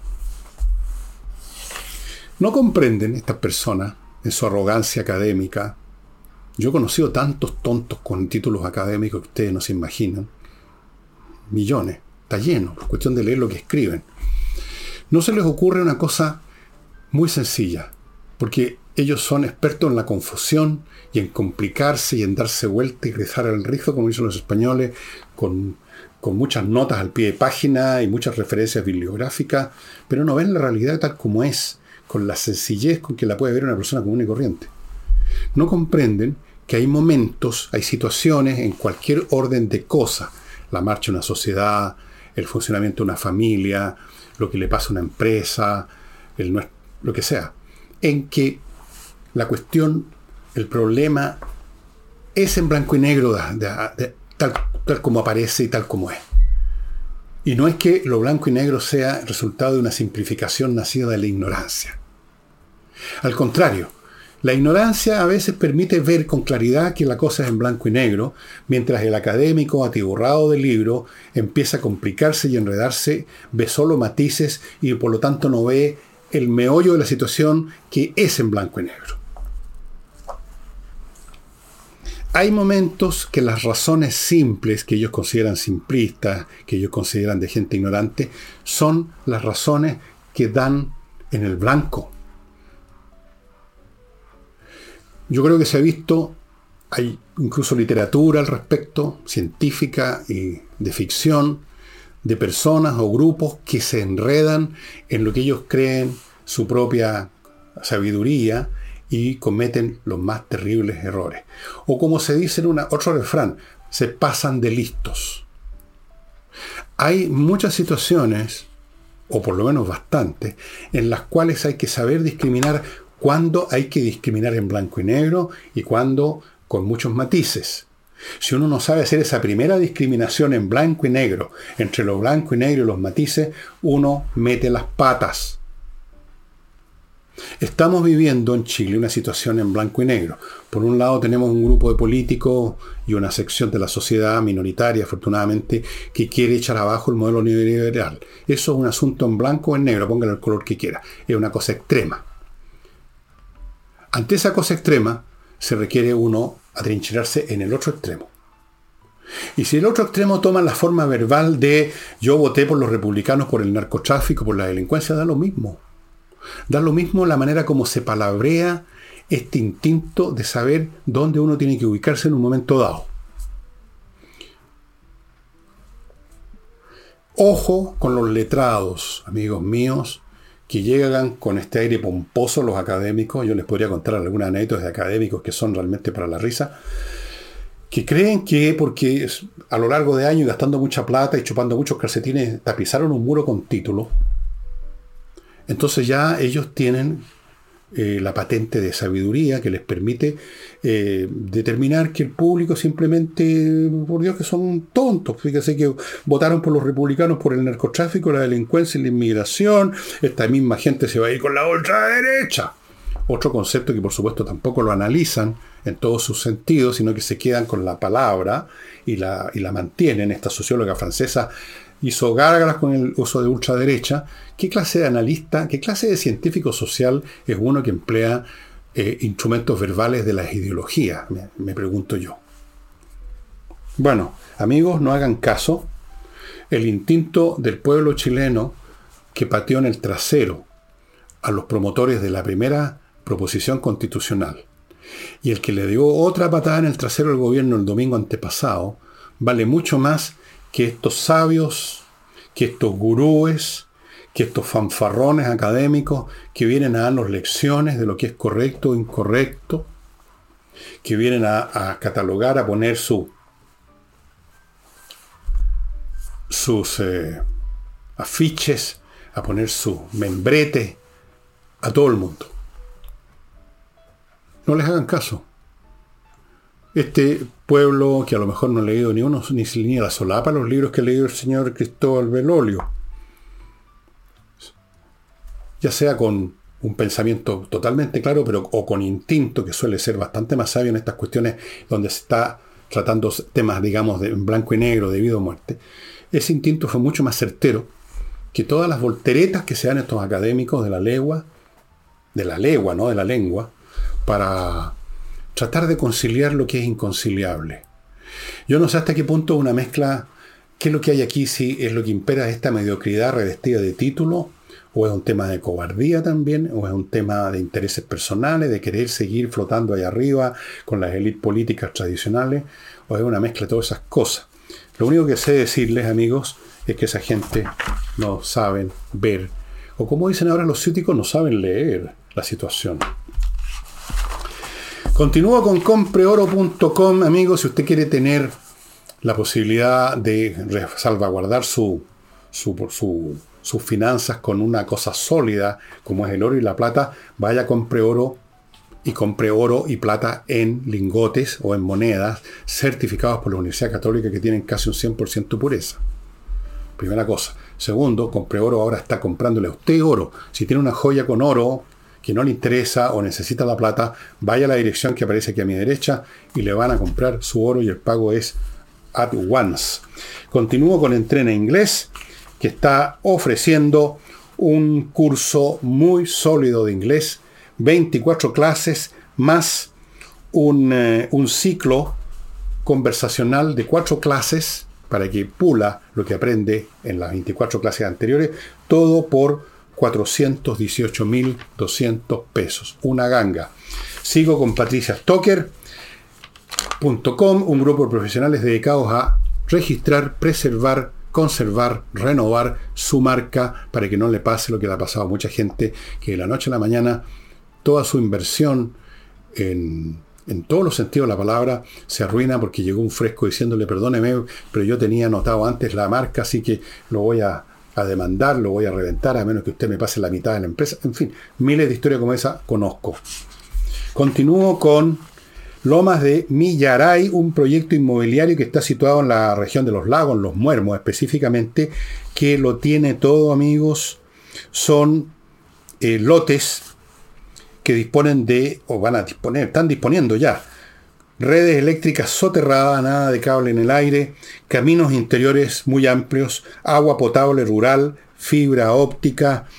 no comprenden estas personas en su arrogancia académica. Yo he conocido tantos tontos con títulos académicos que ustedes no se imaginan. Millones. Está lleno. Es cuestión de leer lo que escriben. No se les ocurre una cosa muy sencilla, porque ellos son expertos en la confusión y en complicarse y en darse vuelta y rizar el rizo, como dicen los españoles, con, con muchas notas al pie de página y muchas referencias bibliográficas, pero no ven la realidad tal como es, con la sencillez con que la puede ver una persona común y corriente. No comprenden que hay momentos, hay situaciones en cualquier orden de cosas, la marcha de una sociedad, el funcionamiento de una familia, lo que le pasa a una empresa, el, lo que sea, en que la cuestión, el problema es en blanco y negro, de, de, de, tal, tal como aparece y tal como es. Y no es que lo blanco y negro sea resultado de una simplificación nacida de la ignorancia. Al contrario, la ignorancia a veces permite ver con claridad que la cosa es en blanco y negro, mientras el académico atiborrado del libro empieza a complicarse y enredarse, ve solo matices y por lo tanto no ve el meollo de la situación que es en blanco y negro. Hay momentos que las razones simples, que ellos consideran simplistas, que ellos consideran de gente ignorante, son las razones que dan en el blanco. Yo creo que se ha visto, hay incluso literatura al respecto, científica y de ficción, de personas o grupos que se enredan en lo que ellos creen su propia sabiduría y cometen los más terribles errores. O como se dice en una, otro refrán, se pasan de listos. Hay muchas situaciones, o por lo menos bastantes, en las cuales hay que saber discriminar cuándo hay que discriminar en blanco y negro y cuándo con muchos matices. Si uno no sabe hacer esa primera discriminación en blanco y negro, entre lo blanco y negro y los matices, uno mete las patas. Estamos viviendo en Chile una situación en blanco y negro. Por un lado tenemos un grupo de políticos y una sección de la sociedad minoritaria, afortunadamente, que quiere echar abajo el modelo neoliberal. Eso es un asunto en blanco o en negro, póngale el color que quiera. Es una cosa extrema. Ante esa cosa extrema, se requiere uno atrincherarse en el otro extremo. Y si el otro extremo toma la forma verbal de yo voté por los republicanos por el narcotráfico, por la delincuencia, da lo mismo. Da lo mismo la manera como se palabrea este instinto de saber dónde uno tiene que ubicarse en un momento dado. Ojo con los letrados, amigos míos, que llegan con este aire pomposo los académicos. Yo les podría contar algunas anécdotas de académicos que son realmente para la risa, que creen que porque a lo largo de años gastando mucha plata y chupando muchos calcetines tapizaron un muro con títulos, entonces ya ellos tienen eh, la patente de sabiduría que les permite eh, determinar que el público simplemente, por Dios, que son tontos. Fíjense que votaron por los republicanos por el narcotráfico, la delincuencia y la inmigración. Esta misma gente se va a ir con la ultraderecha. otro concepto que por supuesto tampoco lo analizan en todos sus sentidos, sino que se quedan con la palabra y la, y la mantienen. Esta socióloga francesa hizo gárgaras con el uso de ultraderecha. ¿Qué clase de analista, qué clase de científico social es uno que emplea eh, instrumentos verbales de las ideologías? Me, me pregunto yo. Bueno, amigos, no hagan caso. El instinto del pueblo chileno que pateó en el trasero a los promotores de la primera proposición constitucional y el que le dio otra patada en el trasero al gobierno el domingo antepasado, vale mucho más que estos sabios, que estos gurúes, que estos fanfarrones académicos que vienen a darnos lecciones de lo que es correcto o incorrecto, que vienen a, a catalogar, a poner su, sus eh, afiches, a poner su membrete a todo el mundo. No les hagan caso. Este pueblo que a lo mejor no ha leído ni uno ni, ni a la solapa los libros que ha leído el señor Cristóbal Belolio, ya sea con un pensamiento totalmente claro, pero o con instinto, que suele ser bastante más sabio en estas cuestiones donde se está tratando temas, digamos, de en blanco y negro, de vida o muerte. Ese instinto fue mucho más certero que todas las volteretas que se dan estos académicos de la legua, de la legua, no de la lengua, para tratar de conciliar lo que es inconciliable. Yo no sé hasta qué punto una mezcla, qué es lo que hay aquí, si es lo que impera esta mediocridad revestida de título, o es un tema de cobardía también, o es un tema de intereses personales, de querer seguir flotando ahí arriba con las élites políticas tradicionales, o es una mezcla de todas esas cosas. Lo único que sé decirles, amigos, es que esa gente no saben ver, o como dicen ahora los ciúticos, no saben leer la situación. Continúo con compre oro punto com, amigos. Si usted quiere tener la posibilidad de salvaguardar su, su, su, sus finanzas con una cosa sólida, como es el oro y la plata, vaya a Compre Oro y compre oro y plata en lingotes o en monedas certificados por la Universidad Católica que tienen casi un cien por ciento pureza. Primera cosa. Segundo, Compre Oro ahora está comprándole a usted oro. Si tiene una joya con oro que no le interesa o necesita la plata, vaya a la dirección que aparece aquí a mi derecha y le van a comprar su oro y el pago es at once. Continúo con Entrena Inglés, que está ofreciendo un curso muy sólido de inglés, veinticuatro clases más un, eh, un ciclo conversacional de cuatro clases para que pula lo que aprende en las veinticuatro clases anteriores, todo por cuatrocientos dieciocho mil doscientos pesos. Una ganga. Sigo con patricia stocker punto com, un grupo de profesionales dedicados a registrar, preservar, conservar, renovar su marca para que no le pase lo que le ha pasado a mucha gente, que de la noche a la mañana toda su inversión en, en todos los sentidos de la palabra se arruina porque llegó un fresco diciéndole perdóneme, pero yo tenía anotado antes la marca, así que lo voy a a demandar, lo voy a reventar, a menos que usted me pase la mitad de la empresa. En fin, miles de historias como esa conozco. Continúo con Lomas de Millaray, un proyecto inmobiliario que está situado en la región de los lagos, en Los Muermos específicamente, que lo tiene todo, amigos. Son eh, lotes que disponen de, o van a disponer, están disponiendo ya, redes eléctricas soterradas, nada de cable en el aire, caminos interiores muy amplios, agua potable rural, fibra óptica,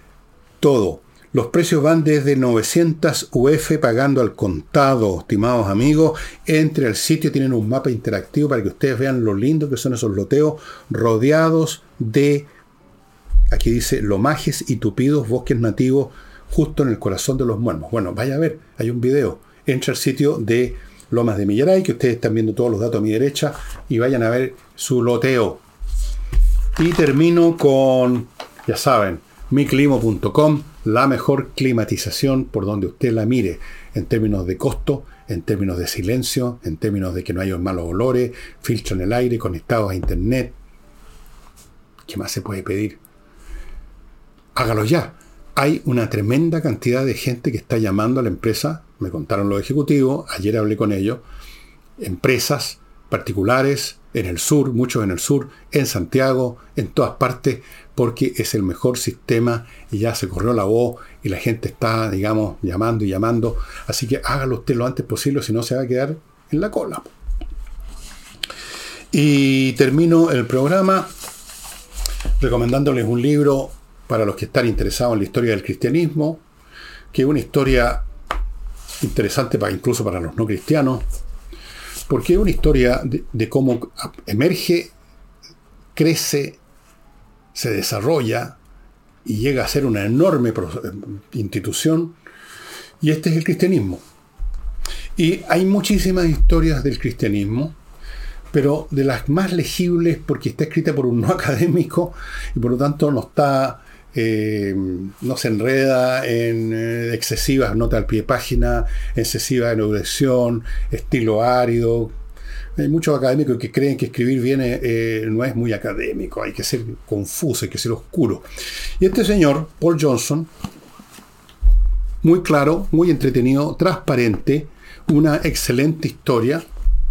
todo. Los precios van desde novecientos U F pagando al contado, estimados amigos. Entre al sitio, tienen un mapa interactivo para que ustedes vean lo lindo que son esos loteos rodeados de, aquí dice, lomajes y tupidos bosques nativos justo en el corazón de Los Muermos. Bueno, vaya a ver, hay un video. Entra al sitio de Lomas de Millaray, que ustedes están viendo todos los datos a mi derecha, y vayan a ver su loteo. Y termino con, ya saben, mi climo punto com, la mejor climatización por donde usted la mire, en términos de costo, en términos de silencio, en términos de que no haya malos olores, filtro en el aire, conectados a internet. ¿Qué más se puede pedir? Hágalo ya. Hay una tremenda cantidad de gente que está llamando a la empresa. Me contaron los ejecutivos, ayer hablé con ellos, empresas particulares, en el sur, muchos en el sur, en Santiago, en todas partes, porque es el mejor sistema y ya se corrió la voz y la gente está, digamos, llamando y llamando. Así que hágalo usted lo antes posible, si no se va a quedar en la cola. Y termino el programa recomendándoles un libro para los que están interesados en la historia del cristianismo, que es una historia interesante para, incluso para los no cristianos, porque es una historia de, de cómo emerge, crece, se desarrolla y llega a ser una enorme institución, y este es el cristianismo. Y hay muchísimas historias del cristianismo, pero de las más legibles, porque está escrita por un no académico y por lo tanto no está, eh, no se enreda en eh, excesivas notas al pie de página, excesiva enunciación, estilo árido. Hay muchos académicos que creen que escribir bien eh, no es muy académico, hay que ser confuso, hay que ser oscuro. Y este señor, Paul Johnson, muy claro, muy entretenido, transparente, una excelente historia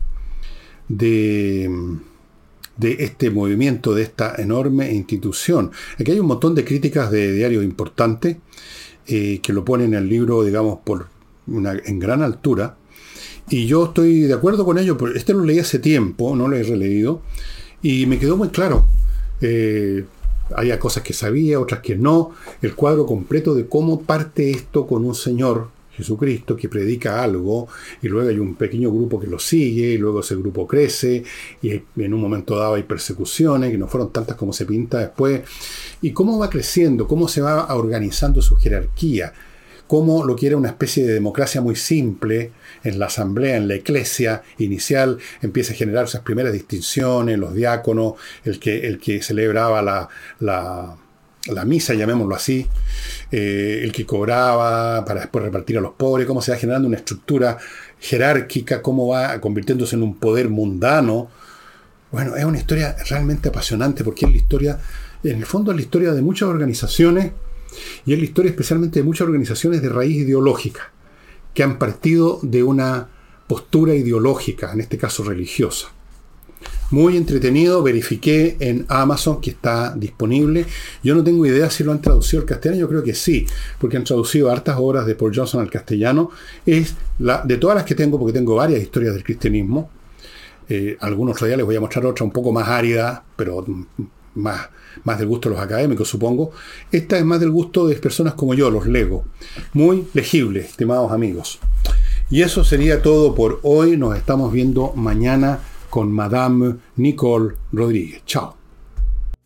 de, de este movimiento, de esta enorme institución. Aquí hay un montón de críticas de diarios importantes eh, que lo ponen en el libro, digamos, por una, en gran altura. Y yo estoy de acuerdo con ello, porque este lo leí hace tiempo, no lo he releído, y me quedó muy claro. Eh, había cosas que sabía, otras que no. El cuadro completo de cómo parte esto con un señor, Jesucristo, que predica algo, y luego hay un pequeño grupo que lo sigue, y luego ese grupo crece, y en un momento dado hay persecuciones, que no fueron tantas como se pinta después. Y cómo va creciendo, cómo se va organizando su jerarquía, cómo lo que era una especie de democracia muy simple en la asamblea, en la iglesia inicial, empieza a generar esas primeras distinciones, los diáconos, el que, el que celebraba la, la, la misa, llamémoslo así, eh, el que cobraba para después repartir a los pobres, cómo se va generando una estructura jerárquica, cómo va convirtiéndose en un poder mundano. Bueno, es una historia realmente apasionante, porque es la historia, en el fondo es la historia de muchas organizaciones, y es la historia especialmente de muchas organizaciones de raíz ideológica, que han partido de una postura ideológica, en este caso religiosa. Muy entretenido, verifiqué en Amazon que está disponible. Yo no tengo idea si lo han traducido al castellano, yo creo que sí, porque han traducido hartas obras de Paul Johnson al castellano. Es la, de todas las que tengo, porque tengo varias historias del cristianismo, eh, algunos otros días les voy a mostrar otra un poco más árida, pero más, más del gusto de los académicos, supongo. Esta es más del gusto de personas como yo, los lego. Muy legible, estimados amigos. Y eso sería todo por hoy. Nos estamos viendo mañana con Madame Nicole Rodríguez. Chao.